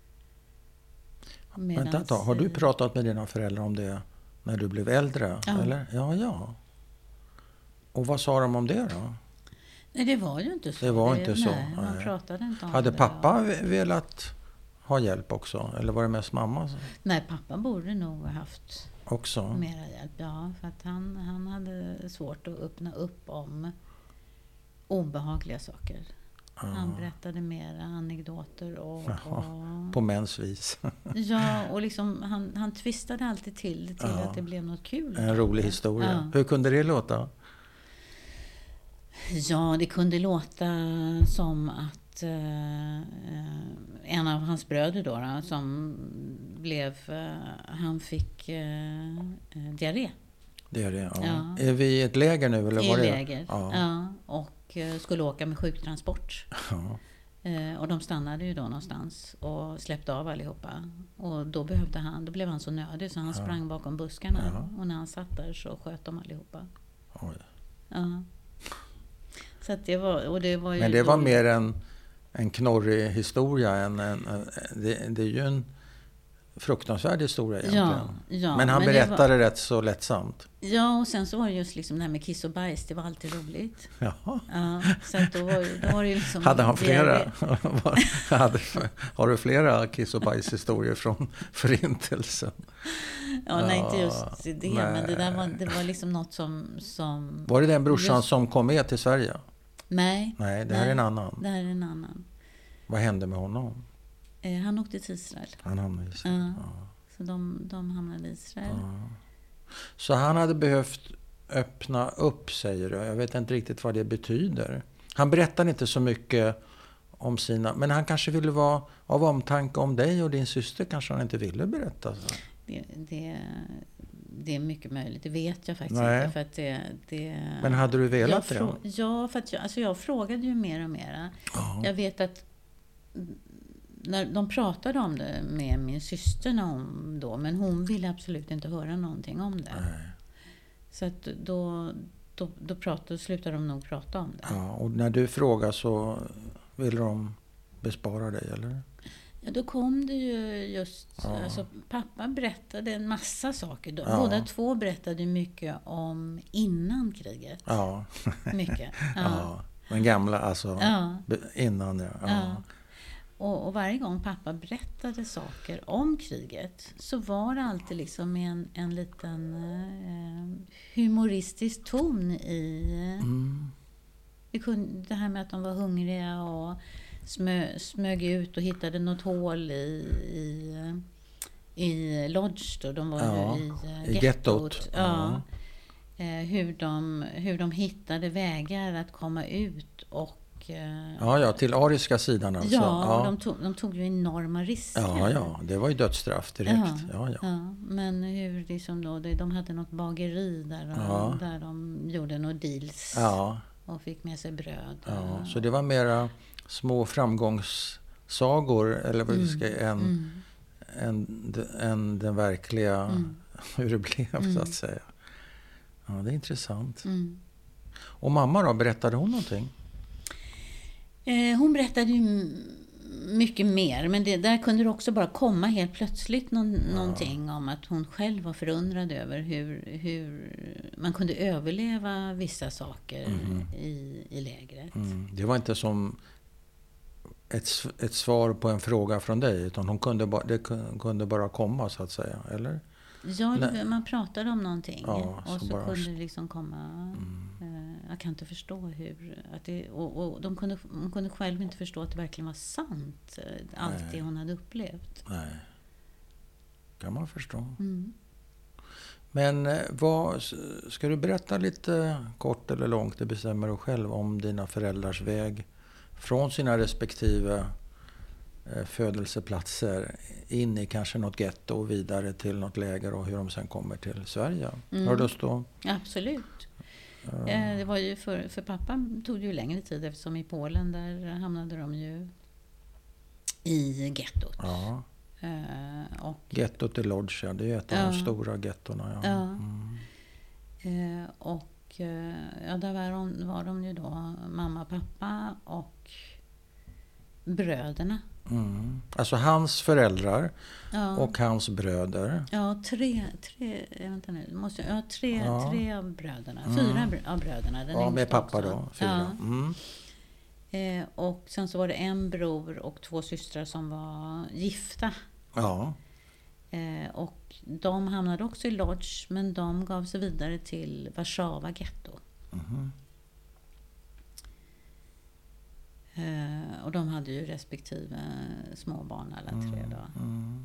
Medans, Vänta, har du pratat med dina föräldrar om det när du blev äldre? Ja. Eller? Ja, ja. Och vad sa de om det då? Nej, det var ju inte så. Det var det, inte så. Nej, man pratade inte om Hade det. Hade pappa velat ha hjälp också? Eller var det mest mamma? Nej, pappa borde nog ha haft också mera hjälp. Ja, för att han, han hade svårt att öppna upp om obehagliga saker. Ja. Han berättade mera anekdoter och, och... på mäns vis. Ja, och liksom han, han twistade alltid till det till ja. att det blev något kul. En rolig historia. Ja. Hur kunde det låta? Ja, det kunde låta som att uh, en av hans bröder då, då som blev, uh, han fick uh, diarré. Diarré, ja. ja. Är vi i ett läger nu? Eller I var det? läger, ja. ja. Och uh, skulle åka med sjuktransport. Ja. Uh, och de stannade ju då någonstans och släppte av allihopa. Och då behövde han, då blev han så nödig så han ja. sprang bakom buskarna. Ja. Och när han satt där så sköt de allihopa. Oj. Ja. Så att det var, och det var ju Men det var då... mer en, en knorrig historia. En, en, det, det är ju en fruktansvärd historia egentligen. Ja, ja, men han men berättade var... rätt så lättsamt. Ja, och sen så var det just liksom det här med kiss och bajs. Det var alltid roligt. Ja. Ja, så att då var, då var det liksom... Hade han flera? Hade, har du flera kiss och bajshistorier från förintelsen? Ja, nej, inte just det. Nej. Men det där var, det var liksom något som... som var det den brorsan just... som kom med till Sverige? Nej. Nej, det här nej, är en annan. Det här är en annan. Vad hände med honom? Eh, han åkte till Israel. Han hamnade i Israel. Ja. Ja. Så de, de hamnade i Israel. Ja. Så han hade behövt öppna upp, säger du. Jag vet inte riktigt vad det betyder. Han berättade inte så mycket om sina... Men han kanske ville vara av omtanke om dig och din syster. Kanske han inte ville berätta. Så. Det, det, det är mycket möjligt. Det vet jag faktiskt Nej. inte. För att det, det, men hade du velat jag det? Ja, för att jag, alltså jag frågade ju mer och mer. Ja. Jag vet att... När de pratade om det med min syster om då, men hon ville absolut inte höra någonting om det. Nej. Så att då, då, då pratade, slutade de nog prata om det. Ja, och när du frågar så vill de bespara dig, eller? Ja, då kom det ju just... Ja. Alltså, pappa berättade en massa saker. Ja. Båda två berättade mycket om innan kriget. Ja. Mycket. Ja. Ja. Men gamla, alltså ja. innan, ja. Ja. Ja. Och, och varje gång pappa berättade saker om kriget så var det alltid liksom en, en liten eh, humoristisk ton i Mm. det, kunde, det här med att de var hungriga och smö, smög ut och hittade något hål i, i, i Lodge då. De var Ja, ju i, i gettot. gettot. Ja. Ja. Eh, hur, de, hur de hittade vägar att komma ut och Ja, ja, till ariska sidan alltså. Ja, ja. De, tog, de tog ju enorma risker. Ja, ja, det var ju dödsstraff direkt. Ja, ja, ja. ja. Men hur liksom då, de hade något bageri där de, ja. där de gjorde några deals ja. och fick med sig bröd. Ja, så det var mera små framgångssagor eller vad mm. vi ska än, mm. än, än den verkliga mm. hur det blev mm. så att säga. Ja, det är intressant. Mm. Och mamma då, berättade hon någonting? Eh, hon berättade ju mycket mer. Men det, där kunde det också bara komma helt plötsligt någon, Ja. någonting om att hon själv var förundrad över hur, hur man kunde överleva vissa saker Mhm. i, i lägret. Mm. Det var inte som ett, s- ett svar på en fråga från dig, utan hon kunde ba, det kun- kunde bara komma, så att säga, eller? Ja, Nej. man pratade om någonting Ja, och så så bara- kunde det liksom komma. Mm. Eh, jag kan inte förstå hur att det, och, och de kunde, hon kunde själv inte förstå att det verkligen var sant, eh, allt Nej. det hon hade upplevt. Nej. Kan man förstå. Mm. Men eh, vad, ska du berätta lite kort eller långt, det bestämmer du själv, om dina föräldrars väg från sina respektive eh, födelseplatser in i kanske något getto och vidare till något läger, och hur de sen kommer till Sverige. Mm. Har du lust att... Absolut. eh, Eh, det var ju för, för pappa tog det ju längre tid, eftersom i Polen där hamnade de ju i gettot. ja. Eh, och, Gettot i Lodz, ja, det är ett av Ja. de stora gettona. Ja. Ja. Mm. eh, och eh, ja, där var de, var de ju då mamma, pappa och bröderna. Mm. Alltså hans föräldrar Ja. och hans bröder. Ja, tre, tre, vänta nu, måste jag, ja, tre, Ja. tre av bröderna, Mm. fyra br- av bröderna. Den Ja, med yngsta pappa också. då. Fyra. Ja. Mm. Eh, och sen så var det en bror och två systrar som var gifta. Ja. Eh, och de hamnade också i Lodz, men de gav sig vidare till Warszawa getto. Mhm. Eh, och de hade ju respektive småbarn alla tre då. Mm.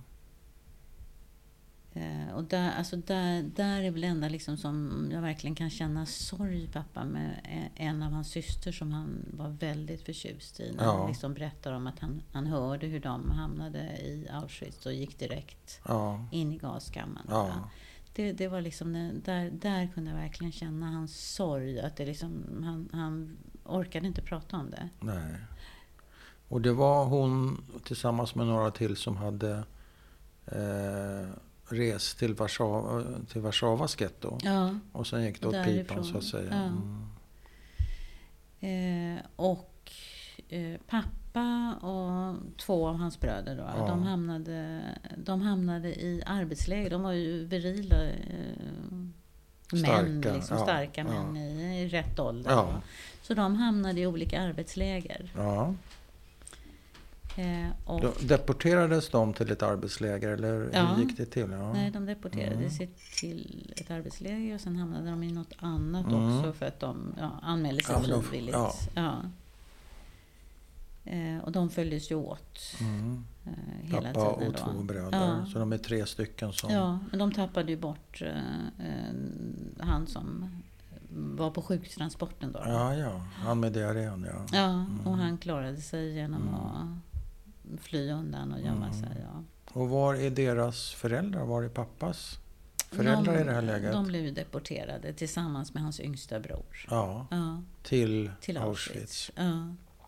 Eh, och där, alltså där, där är väl enda liksom som jag verkligen kan känna sorg pappa med eh, en av hans syster som han var väldigt förtjust i. När Ja. han liksom berättar om att han, han hörde hur de hamnade i Auschwitz och gick direkt Ja. in i gaskammaren. Ja. Va? Det, det var liksom, den- där, där kunde jag verkligen känna hans sorg. Att det liksom, han, han orkade inte prata om det. Nej. Och det var hon tillsammans med några till som hade eh, rest till Warszawa, till Warszawas getto. Ja. Och sen gick det åt Därifrån. pipan, så att säga. Ja. Mm. Eh, och eh, pappa och två av hans bröder då, Ja. de, hamnade, de hamnade i arbetsläger. De var ju virila eh, män, Starka, liksom, ja, starka ja. män i, i rätt ålder. Ja. Då. Så de hamnade i olika arbetsläger. Ja. Eh, och, Då deporterades de till ett arbetsläger, eller Ja. hur gick det till? Ja. nej, de deporterades Mm. till ett arbetsläger och sen hamnade de i något annat Mm. också för att de ja, anmälde sig Ja, men de- frivilligt. ja. Ja. Eh, och de följdes ju åt Mm. eh, hela Pappa tiden och då. två bröder. Ja. Så de är tre stycken som... Ja, men de tappade ju bort eh, eh, han som var på sjuktransporten då. ja, ja. Han med diarrén, ja. Ja, och han klarade sig genom Mm. att fly undan och gömma Mm. sig. Ja. Och var är deras föräldrar? Var är pappas föräldrar de, i det här läget? De blev ju deporterade tillsammans med hans yngsta bror. Ja, Ja, till, till Auschwitz. Auschwitz. Ja.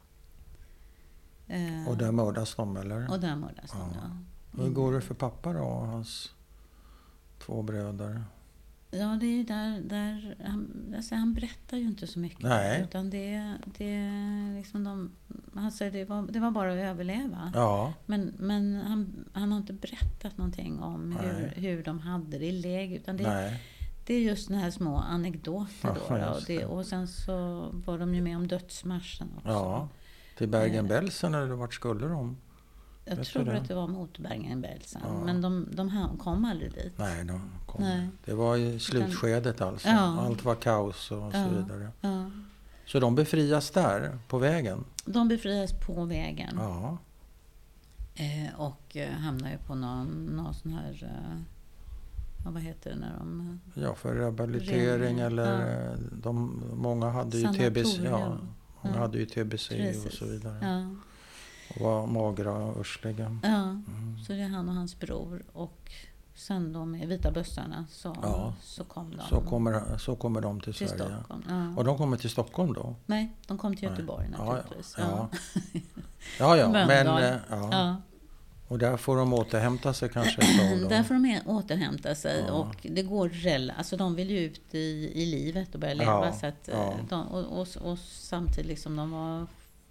Eh, Och där mördas de, eller? och där mördas de, Ja. ja. Hur går det för pappa då, och hans två bröder? Ja, det är ju där, där han, alltså han berättar ju inte så mycket. Nej. Utan det, det, liksom de, han säger det var, det var bara att överleva. Ja, Men, men han, han har inte berättat någonting om hur, Nej. hur de hade det i läger. Utan det, nej. det är just såna här små anekdoter då. Ja, då och, just det, det. och sen så var de ju med om dödsmarschen också. Ja. Till Bergen-Belsen, eller vart skulle de? Jag vet tror du det? att det var mot Bergen-Belsen. Ja. Men de, de ham- kom aldrig dit. Nej, de kom. Nej. Det var i slutskedet alltså. Ja. Allt var kaos och så Ja. vidare. Ja. Så de befrias där, på vägen? De befrias på vägen. Ja. Eh, och eh, hamnar ju på någon, någon sån här... Eh, ja, vad heter det när de... Ja, för rehabilitering Ren- eller... ja. De, många hade ju T B C. Ja, Sanatorium. många Ja. hade ju T B C Precis. och så vidare. Ja, Och var magra och ursliga. ja. Mm. Så det är han och hans bror. Och sen de med vita bössarna så, Ja. så kom de Så kommer, så kommer de till, till Sverige. Stockholm. Ja. Och de kommer till Stockholm då? Nej, de kom till Nej. Göteborg Ja, naturligtvis. ja. Ja, ja. Men, Mölndal. eh, ja. Ja. Och där får de återhämta sig kanske ett tag då. Där får de återhämta sig Ja. och det går rel- alltså de vill ju ut i, i livet och börja leva Ja, så att, ja. eh, de, och, och, och samtidigt liksom de var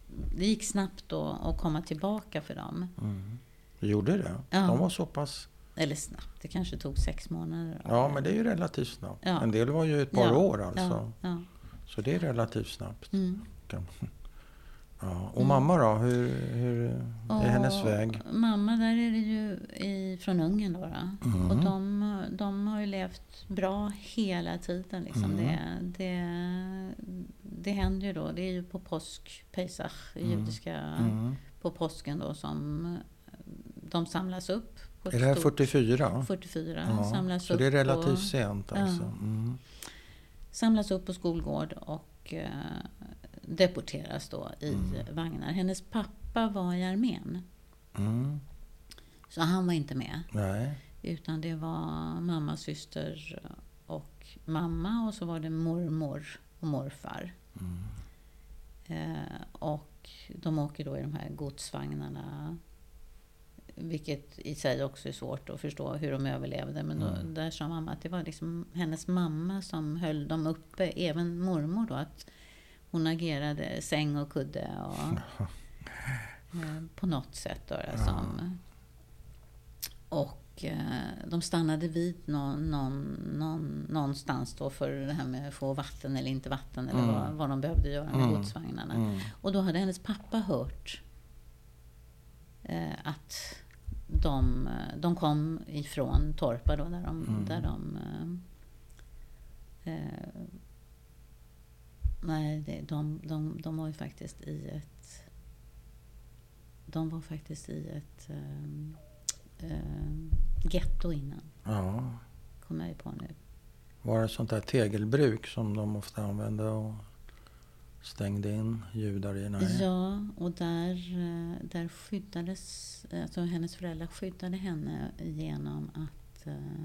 det gick snabbt då att komma tillbaka för dem. Mm. Det gjorde det? Ja. De var så pass... Eller snabbt, det kanske tog sex månader. Ja, men det är ju relativt snabbt. Ja. En del var ju ett par Ja. år alltså. Ja. Ja. Så det är relativt snabbt. Mm. Ja. Och Mm. mamma då? Hur, hur är Och hennes väg? Mamma, där är det ju i, från Ungern då. då. Mm. Och de, de har ju levt bra hela tiden. Liksom. Mm. Det, det, det händer ju då. Det är ju på påsk, Pesach, Mm. judiska, Mm. på påsken då som de samlas upp. På ett Är det här stort- fyrtiofyra? fyrtiofyra. Ja, Samlas så upp det är relativt på, sent alltså. Ja. Mm. samlas upp på skolgård och eh, deporteras då i Mm. vagnar. Hennes pappa var i armén. Mm. Så han var inte med. Nej. Utan det var mamma, syster och mamma. Och så var det mormor och morfar. Mm. Eh, och de åker då i de här godsvagnarna. Vilket i sig också är svårt att förstå hur de överlevde. Men då, Mm. där sa mamma att det var liksom hennes mamma som höll dem uppe. Även mormor då. Att hon agerade säng och kudde. Och, eh, på något sätt då. Ja. Som, och eh, de stannade vid någon, någon, någon, någonstans då för det här med att få vatten eller inte vatten. Eller Mm. vad, vad de behövde göra med Mm. godsvagnarna. Mm. Och då hade hennes pappa hört eh, att de, de kom ifrån Torpa då, där de, Mm. där de eh, eh, nej, det, de, de, de var ju faktiskt i ett de var faktiskt i ett eh, eh, getto innan, Ja. kommer jag ju på nu. Var det sånt där tegelbruk som de ofta använde och stängde in judar i? Nej. Ja, och där, eh, där skyddades, alltså hennes föräldrar skyddade henne genom att eh,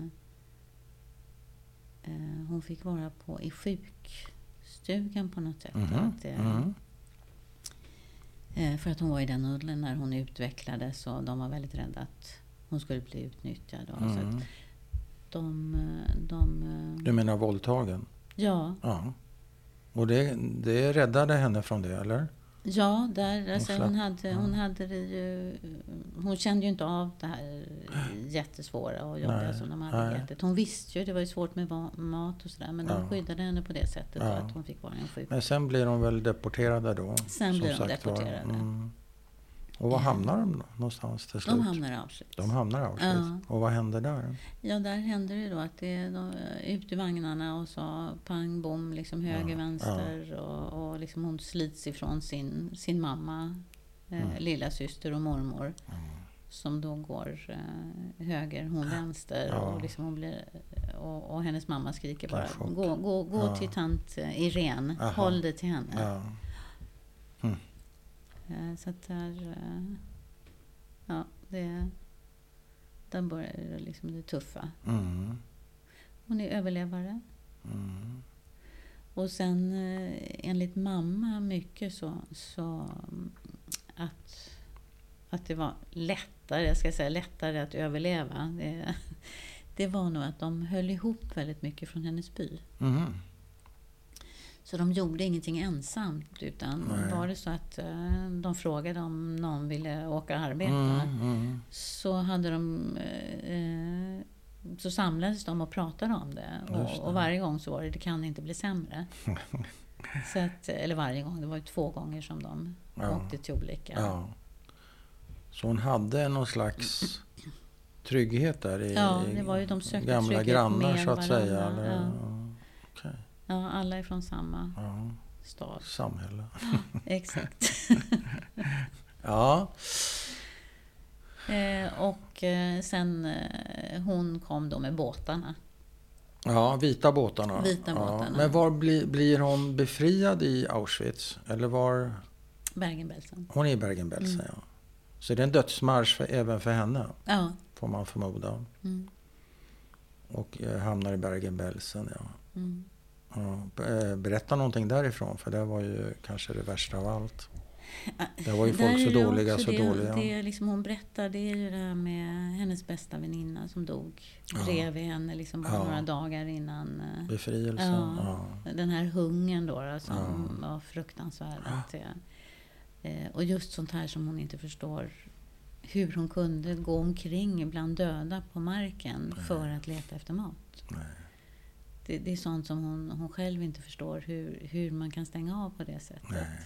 eh, hon fick vara på i sjukstugan på något sätt. Mhm. Att det, Mm. eh, för att hon var i den åldern när hon utvecklades och de var väldigt rädda att hon skulle bli utnyttjad. Och så Mm. att de, eh, de, eh, Du menar våldtagen? ja, Ja. Och det, det räddade henne från det, eller? Ja, där, alltså, slapp. hon, hade, Ja. hon hade det ju... Hon kände ju inte av det här jättesvåra och jobbiga Nej, som de hade nej. ätit. Hon visste ju, det var ju svårt med va- mat och sådär, men Ja. de skyddade henne på det sättet Ja. så att hon fick vara en sjuk. Men sen blir de väl deporterade då? Sen som blir de sagt var. deporterade. Mm. Och var Ja. hamnar de då, någonstans till slut? De hamnar i Auschwitz. De hamnar i Auschwitz. Ja. Och vad hände där? Ja, där hände det då att det, de, ut i vagnarna och så pang, bom, liksom höger, Ja, vänster. Och, och liksom hon slits ifrån sin, sin mamma, eh, Mm. lilla syster och mormor. Mm. Som då går eh, höger, hon vänster. Ja. Och, liksom hon blir, och, och hennes mamma skriker bara, Chock. gå, gå, gå Ja. till tant eh, Irene, Aha. håll dig till henne. Ja. Eh, så att där, eh, ja, det, där börjar det liksom det tuffa. Mm. Hon är överlevare. Mm. Och sen eh, enligt mamma mycket så, så att, att det var lättare, jag ska säga lättare att överleva. Det, det var nog att de höll ihop väldigt mycket från hennes by. Mm. Så de gjorde ingenting ensamt, utan Nej. var det så att eh, de frågade om någon ville åka och arbeta, Mm. Mm. så hade de eh, så samlades de och pratade om det. Just det. Och, och varje gång så var det, det kan inte bli sämre. Så att, eller varje gång, det var ju två gånger som de Ja. åkte till olika. Ja. Så hon hade någon slags trygghet där i, Ja, i det var ju de sökte gamla trygghet grannar med så att säga. varandra, Eller, ja. ja. Okej. Ja, alla är från samma Ja. stad. Samhälle. Exakt. Ja. eh, och eh, sen eh, hon kom då med båtarna. Ja, vita båtarna. Vita ja. båtarna. Men var bli, blir hon befriad i Auschwitz? Eller var... Bergen-Belsen. Hon är i Bergen-Belsen, Mm. ja. Så det är en dödsmarsch för, även för henne, Ja. får man förmoda. Mm. Och eh, hamnar i Bergen-Belsen, ja. Mm. ja. eh, Berätta någonting därifrån, för det var ju kanske det värsta av allt. Det var ju Där folk så är det dåliga, också så det, dåliga. Det liksom hon berättar, det är ju det här med hennes bästa väninna som dog Ja. bredvid henne liksom bara Ja. några dagar innan. eh, Befrielsen, Ja. ja. Den här hungern då, då som Ja. var fruktansvärd. Att det, Eh, och just sånt här som hon inte förstår. Hur hon kunde gå omkring bland döda på marken Nej. För att leta efter mat. Nej. Det, det är sånt som hon, hon själv inte förstår. Hur, hur man kan stänga av på det sättet. Nej.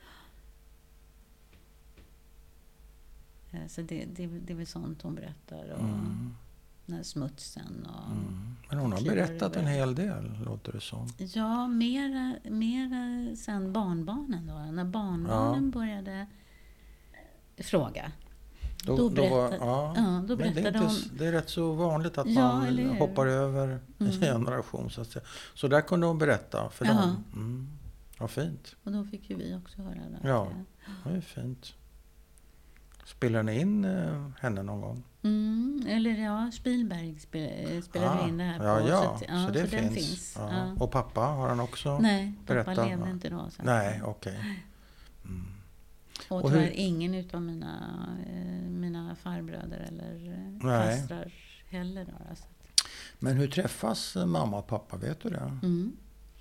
Eh, så det, det, det är väl sånt hon berättar. Och Mm. den här smutsen. Och Mm. Men hon har berättat en hel del, låter det som. Ja, mera, mera sen barnbarnen då. När barnbarnen ja. Började fråga. Då, då berättade, då var, ja, ja, då men det, är inte, hon, det är rätt så vanligt att ja, man hoppar över en mm. generation. Så, att säga. Så där kunde hon berätta för Jaha. dem. Mm. Ja, fint. Och då fick ju vi också höra det. Ja, det är fint. Spelar ni in uh, henne någon gång? Mm, eller ja, Spielberg spel, spelade ah, in det här på. Ja, ja, så, att, ja, så det så finns. finns. Ja. Ja. Och pappa, har han också Nej, berättat? pappa levde inte då. Så Nej, okej. Okay. Mm. Och, och tyvärr hur... ingen utav mina, eh, mina farbröder eller fastrar heller. Då, alltså. Men hur träffas mamma och pappa, vet du det? Mm.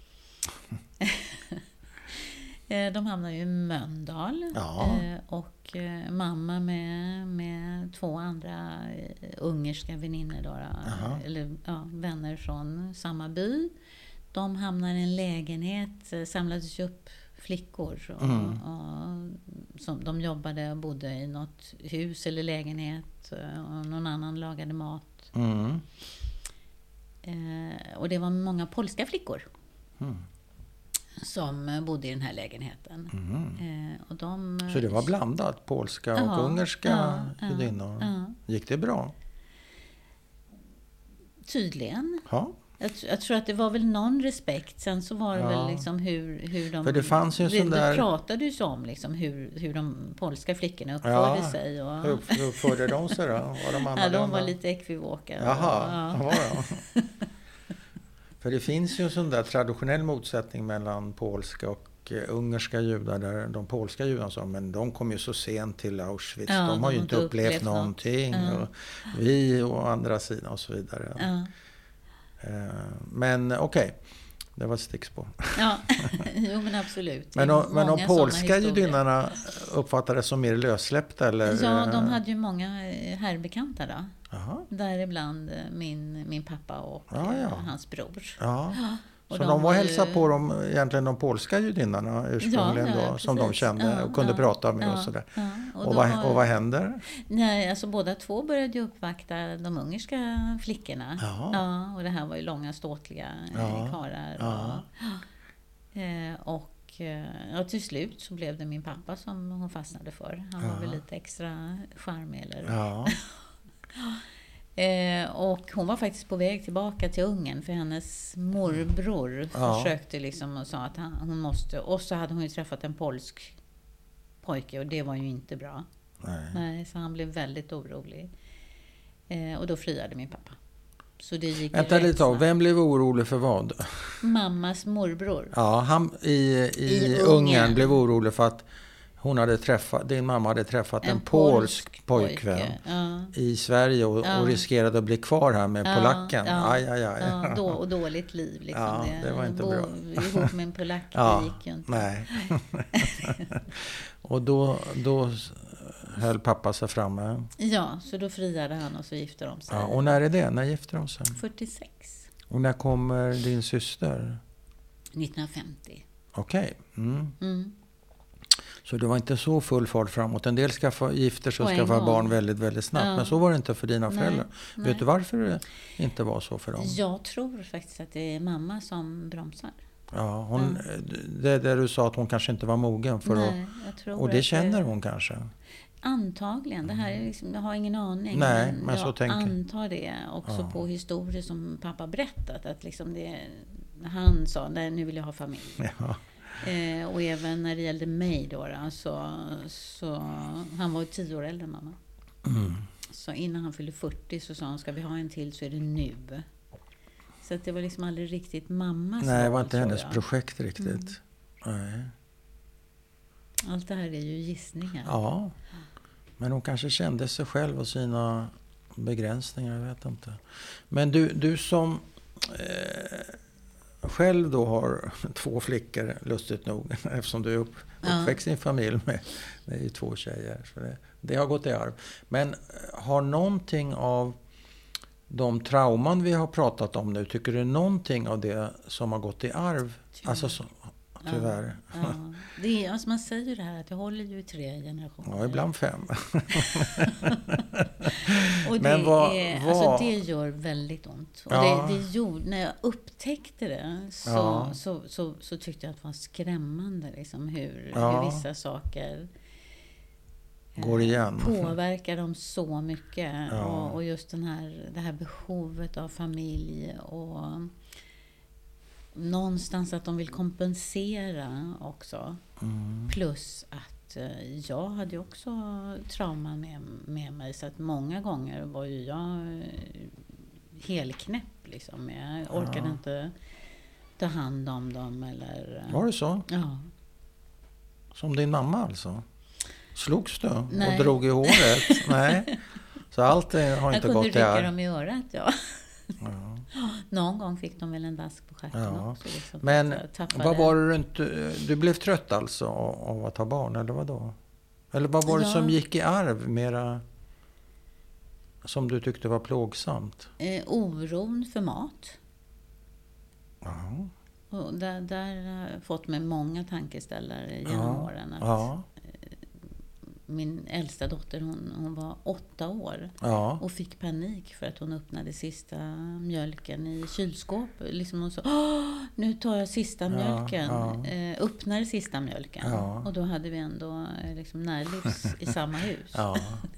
De hamnar ju i Mölndal. Ja. Och mamma med, med två andra ungerska väninnor. Då, eller ja, vänner från samma by. De hamnar i en lägenhet, samlades upp flickor. Och, mm. och, som, de jobbade och bodde i något hus eller lägenhet. Och någon annan lagade mat. Mm. Eh, och det var många polska flickor. Mm. Som bodde i den här lägenheten. Mm. Eh, och de, så det var blandat, polska och ja, ungerska judinnor. Ja, ja. Gick det bra? Tydligen. Ja. Jag, jag tror att det var väl någon respekt. Sen så var det ja. väl liksom hur, hur de... För det fanns ju en sån det, där... det pratade ju om liksom hur, hur de polska flickorna uppförde ja. sig. Och... Hur uppförde de sig då? Var de ja, de var lite ekvivoka. Jaha, och, ja. var de? För det finns ju en sån där traditionell motsättning mellan polska och ungerska judar, där de polska judarna sa, men de kom ju så sent till Auschwitz, ja, de har de ju inte upplevt, upplevt någonting. Ja. Och vi å andra sidan och så vidare. Ja. Men okej, okay. Det var ett stickspår. Ja, jo men absolut. Men, och, men de polska judinnorna uppfattades som mer lössläppta? Eller? Ja, de hade ju många härbekanta då. Aha. Däribland min, min pappa och ja, ja. hans bror. Ja. Ja. Så de, de var hälsade på dem, egentligen de polska judinnorna ursprungligen ja, ja, då, som de kände ja, och kunde ja, prata med ja, och sådär. Ja. Och, och, vad, var, och vad händer? Nej, alltså båda två började ju uppvakta de ungerska flickorna. Ja. Ja, och det här var ju långa ståtliga ja. karlar. Ja. Och, och ja, till slut så blev det min pappa som hon fastnade för. Han ja. var väl lite extra charmig eller... Ja. Eh, och hon var faktiskt på väg tillbaka till Ungern för hennes morbror ja. försökte liksom och sa att han, hon måste, och så hade hon ju träffat en polsk pojke och det var ju inte bra. Nej. Nej, så han blev väldigt orolig. Eh, och då friade min pappa. Så det gick Vänta lite tag, vem blev orolig för vad? Mammas morbror. Ja, han i, i, I Ungern. Ungern blev orolig för att hon hade träffat, din mamma hade träffat en, en polsk pojkvän pojke. Ja. i Sverige och, ja. och riskerade att bli kvar här med ja. polacken. Ja. Aj, aj, aj. Ja, då, och dåligt liv. Liksom. Ja, det var inte Bo, bra. Ihop med en polack, ja. det gick ju inte. Nej. Och då, då höll pappa sig framme. Ja, så då friade han och så gifte de sig. Ja, och när är det? När gifte de sig? fyrtiosex. Och när kommer din syster? nittonhundrafemtio. Okej. Okay. Mm. Mm. Så det var inte så full fart framåt. En del skaffa, gifter sig och skaffa barn väldigt, väldigt snabbt. Ja. Men så var det inte för dina nej, föräldrar. Nej. Vet du varför det inte var så för dem? Jag tror faktiskt att det är mamma som bromsar. Ja, hon, ja. Det där du sa att hon kanske inte var mogen för nej, att... Jag tror och det känner det... hon kanske? Antagligen. Det här är liksom, jag har ingen aning. Nej, men men jag så tänker antar det också ja. på historier som pappa berättat. Att liksom det, han sa, nej, nu vill jag ha familj. Ja. Eh, och även när det gällde mig då, då så, så han var tio år äldre än mamma. Mm. Så innan han fyllde fyrtio så sa han, ska vi ha en till så är det nu. Så att det var liksom aldrig riktigt mammas nej, det var val, inte hennes jag. projekt riktigt. Mm. Nej. Allt det här är ju gissningar. Ja, men hon kanske kände sig själv och sina begränsningar, jag vet inte. Men du, du som... Eh, själv då har två flickor, lustigt nog, eftersom du är upp, uppväxt i en familj med, med två tjejer. Så det, det har gått i arv. Men har någonting av de trauman vi har pratat om nu, tycker du någonting av det som har gått i arv? Tyvärr. Alltså så, tyvärr. Ja, ja. Det är, alltså man säger det här att det håller ju i tre generationer. Ja, ibland fem. Och det, Men vad, är, vad... Alltså det gör väldigt ont. Och ja. det, det gjorde, när jag upptäckte det så, ja. så, så, så tyckte jag att det var skrämmande liksom, hur, ja. hur vissa saker går igen. Påverkar dem så mycket. Ja. Och, och just den här, det här behovet av familj och någonstans att de vill kompensera också. Mm. Plus att eh, jag hade ju också trauman med, med mig. Så att många gånger var ju jag eh, helknäpp liksom. Jag orkade ja. inte ta hand om dem. Eller, var det så? Ja. Som din mamma alltså? Slogs du och drog i håret? Nej. Så allt har inte gått i arv. Jag kunde rycka dem i örat, ja. Ja. Någon gång fick de väl en dask på stjärten ja. också. Liksom, men vad var det du inte... Du blev trött alltså av att ha barn, eller vad då? Eller vad var det ja. som gick i arv mera som du tyckte var plågsamt? Eh, oron för mat. Ja. Och där, där har jag fått mig många tankeställare genom ja. åren. Att, ja. Min äldsta dotter, hon, hon var åtta år ja. och fick panik för att hon öppnade sista mjölken i kylskåp. Liksom hon sa, åh, nu tar jag sista mjölken. Ja, ja. Eh, öppnar sista mjölken. Ja. Och då hade vi ändå eh, liksom närlivs i samma hus. Ja.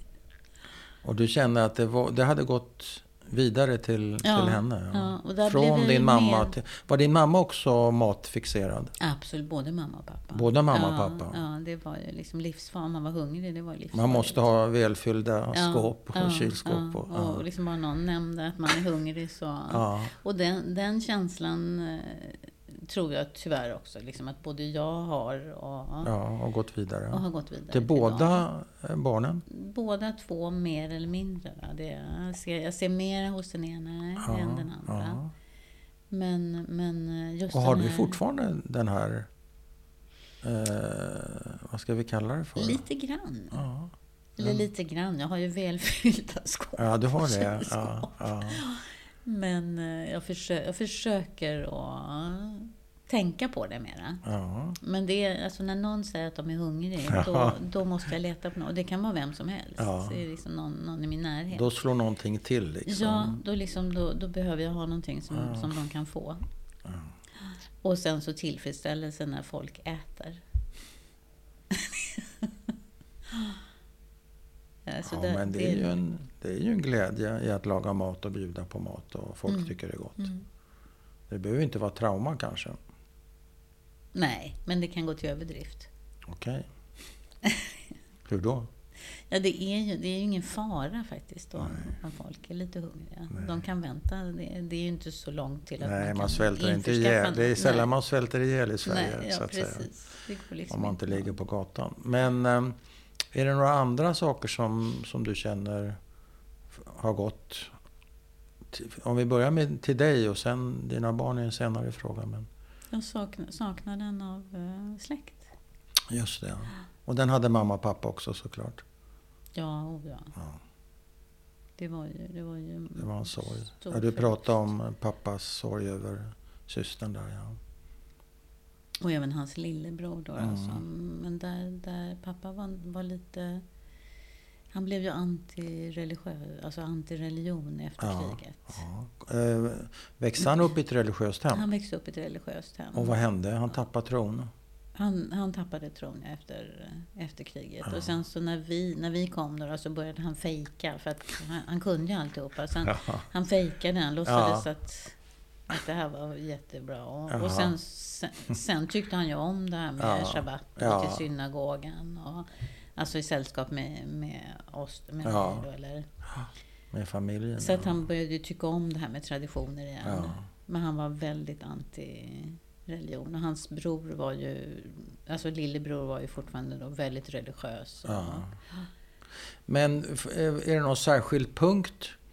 Och du kände att det, var, det hade gått vidare till, ja, till henne? Ja. Ja, och där från blev din mamma med... till... Var din mamma också matfixerad? Absolut, både mamma och pappa. Både mamma och ja, pappa? Ja, det var ju liksom livsfarligt. Man var hungrig, det var livsfarligt. Man måste ha välfyllda ja, skåp och ja, kylskåp. Ja, och, ja. och liksom bara någon nämnde att man är hungrig så... Ja. Och den, den känslan eh, tror jag tyvärr också liksom att både jag har och... Ja, och gått vidare. Och har gått vidare. Till, till båda dem. barnen? Båda två mer eller mindre. Va? Det, jag, ser, jag ser mer hos den ena ja, än den andra. Ja. Men, men just och har den du här... fortfarande den här... Eh, vad ska vi kalla det för? Lite grann. Ja. Eller ja. lite grann. Jag har ju välfyllda skåp. Ja, du har det. Ja, ja. Men jag, försöker, jag försöker att tänka på det mera. Ja. Men det är, alltså när någon säger att de är hungriga, då, då måste jag leta på något. Och det kan vara vem som helst. Ja. Så är det liksom någon, någon i min närhet. Då slår någonting till liksom. Ja, då, liksom, då, då behöver jag ha någonting som, ja. som de kan få. Ja. Och sen så tillfredsställelse när folk äter. Alltså ja, det, men det, det, är ju en, det är ju en glädje i att laga mat och bjuda på mat och folk mm. tycker det är gott. Mm. Det behöver inte vara trauma kanske. Nej, men det kan gå till överdrift. Okej. Hur då? Ja, det är ju, det är ju ingen fara faktiskt om, om folk är lite hungriga. Nej. De kan vänta. Det, det är ju inte så långt till att Nej, man, man svälter inte ihjäl. Det är sällan Nej. man svälter ihjäl i Sverige. Nej, ja, så att precis. säga. Det går liksom om man inte inte ligger på gatan. Men äm, är det några andra saker som, som du känner har gått... Till, om vi börjar med till dig och sen dina barn är en senare fråga. Men... Jag saknar, saknar den av uh, släkt. Just det. Ja. Och den hade mamma och pappa också såklart. Ja, och ja. ja. Det var ju... Det var, ju det var en sorg. Ja, du pratade om pappas sorg över systern där, ja. Och även hans lillebror då. Mm. Alltså. Men där, där pappa var, var lite... Han blev ju antireligiös, alltså antireligion efter ja, kriget. Ja. Eh, växte han upp i ett religiöst hem? Han växte upp i ett religiöst hem. Och vad hände? Han tappade tron? Han, han tappade tron efter, efter kriget. Ja. Och sen så när vi, när vi kom då, så började han fejka. För att han, han kunde ju alltihopa. Sen, ja. Han fejkade, han låtsades ja. att, att det här var jättebra. Och, och sen, sen, sen tyckte han ju om det här med ja. shabbat och ja. till synagogan. Och, alltså i sällskap med, med oss, med ja. mig då, eller... Med familjen. Så att han började tycka om det här med traditioner igen. Ja. Men han var väldigt anti-religion. Och hans bror var ju... Alltså lillebror var ju fortfarande då väldigt religiös. Ja. Men är det någon särskild punkt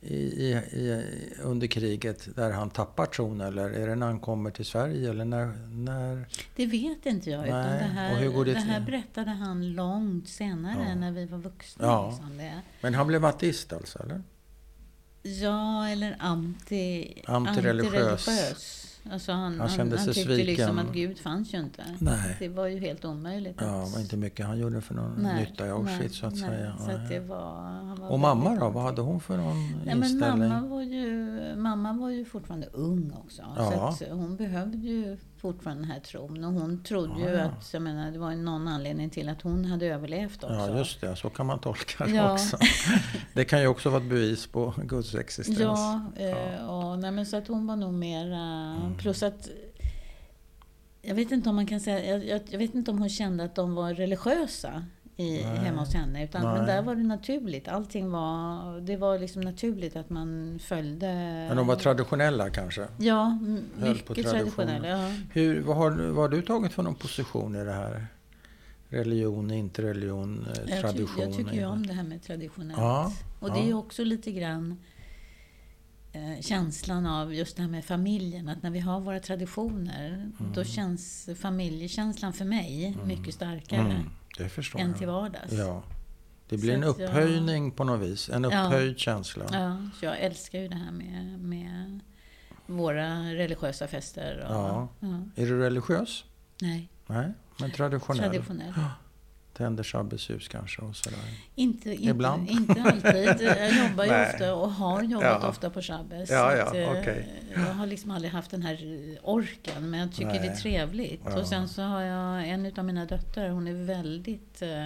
i, i, i, under kriget där han tappar tron, eller är det när han kommer till Sverige eller när... när... Det vet inte jag. Utan Nej. det här, Och hur går det det här till? berättade han långt senare Ja. när vi var vuxna. Ja. Liksom det. Men han blev ateist alltså, eller? Ja, eller anti, Antireligiös. antireligiös. Alltså han, Han han, kände han sig tyckte sviken. liksom att Gud fanns ju inte. Nej. Det var ju helt omöjligt. Ja, att- det var inte mycket han gjorde för någon Nej, nytta i Auschwitz, nej, så att nej. säga. Så att det var, han var Och mamma väldigt då? anti. Vad hade hon för någon Nej, men inställning? mamma var ju, mamma var ju fortfarande ung också. Ja. Så att hon behövde ju fortfarande den här tron. Och hon trodde Ja, ju ja. att, jag menar, det var ju någon anledning till att hon hade överlevt också. Ja, just det. Så kan man tolka det Ja. också. Det kan ju också vara ett bevis på Guds existens. Ja, eh, Ja. Och, nej, men så att hon var nog mera... Mm. Plus att... Jag vet inte om man kan säga... Jag, jag, jag vet inte om hon kände att de var religiösa i, Nej. hemma hos henne. Utan, Nej. men där var det naturligt. Allting var... Det var liksom naturligt att man följde... Men de var traditionella kanske? Ja, m- Höll på mycket tradition. traditionella. Ja. Hur, vad, har, vad har du tagit för någon position i det här? Religion, inte religion, eh, Jag, tradition? ty, jag tycker ju om det här med traditionellt. Ja, Och det ja. är ju också lite grann eh, känslan av just det här med familjen. Att när vi har våra traditioner, Mm. då känns familjekänslan för mig mycket starkare Mm, det förstår än jag. till vardags. Ja. Det blir en Så att jag- upphöjning på något vis. En Ja. upphöjd känsla. Ja, så jag älskar ju det här med, med våra religiösa fester. Och, Ja. ja. Är du religiös? Nej, Nej, men traditionell. traditionell. Tänder shabbeshus kanske och sådär. Inte, inte, Ibland. inte alltid. Jag jobbar ju Nej. ofta och har jobbat Ja. ofta på shabbes. Ja, Så ja, att, eh, okej. Jag har liksom aldrig haft den här orken, men jag tycker Nej. det är trevligt. Ja. Och sen så har jag en av mina döttrar, hon är väldigt eh,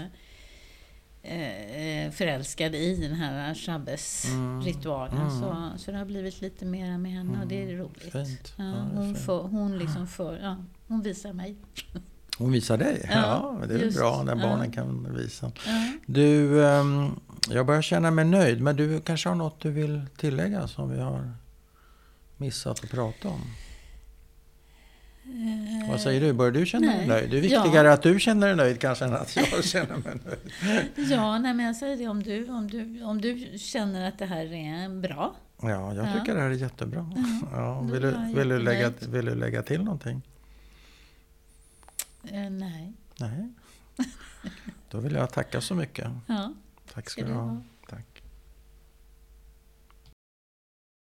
eh, förälskad i den här shabbes-ritualen. Mm. Så, så det har blivit lite mer med henne och det är roligt. Fint. Ja, Ja, det är hon, fint. för, hon, liksom för, ja, hon visar mig. Hon visar dig? Ja, Ja, men det är väl just. bra när Ja. barnen kan visa. Ja. Du, ehm, jag börjar känna mig nöjd. Men du kanske har något du vill tillägga som vi har missat att prata om? Eh, Vad säger du? Börjar du känna dig nej. nöjd? Det är viktigare Ja. att du känner dig nöjd kanske än att jag känner mig nöjd. Ja, nej, men jag säger det, om du, om, du, om du känner att det här är bra. Ja, jag Ja. tycker det här är jättebra. Ja, då vill, är du, jag vill, du lägga, jättenöjd. vill du lägga till någonting? Eh, nej. Nej. Då vill jag tacka så mycket. Ja, Tack ska ska du du ha. ha. Tack.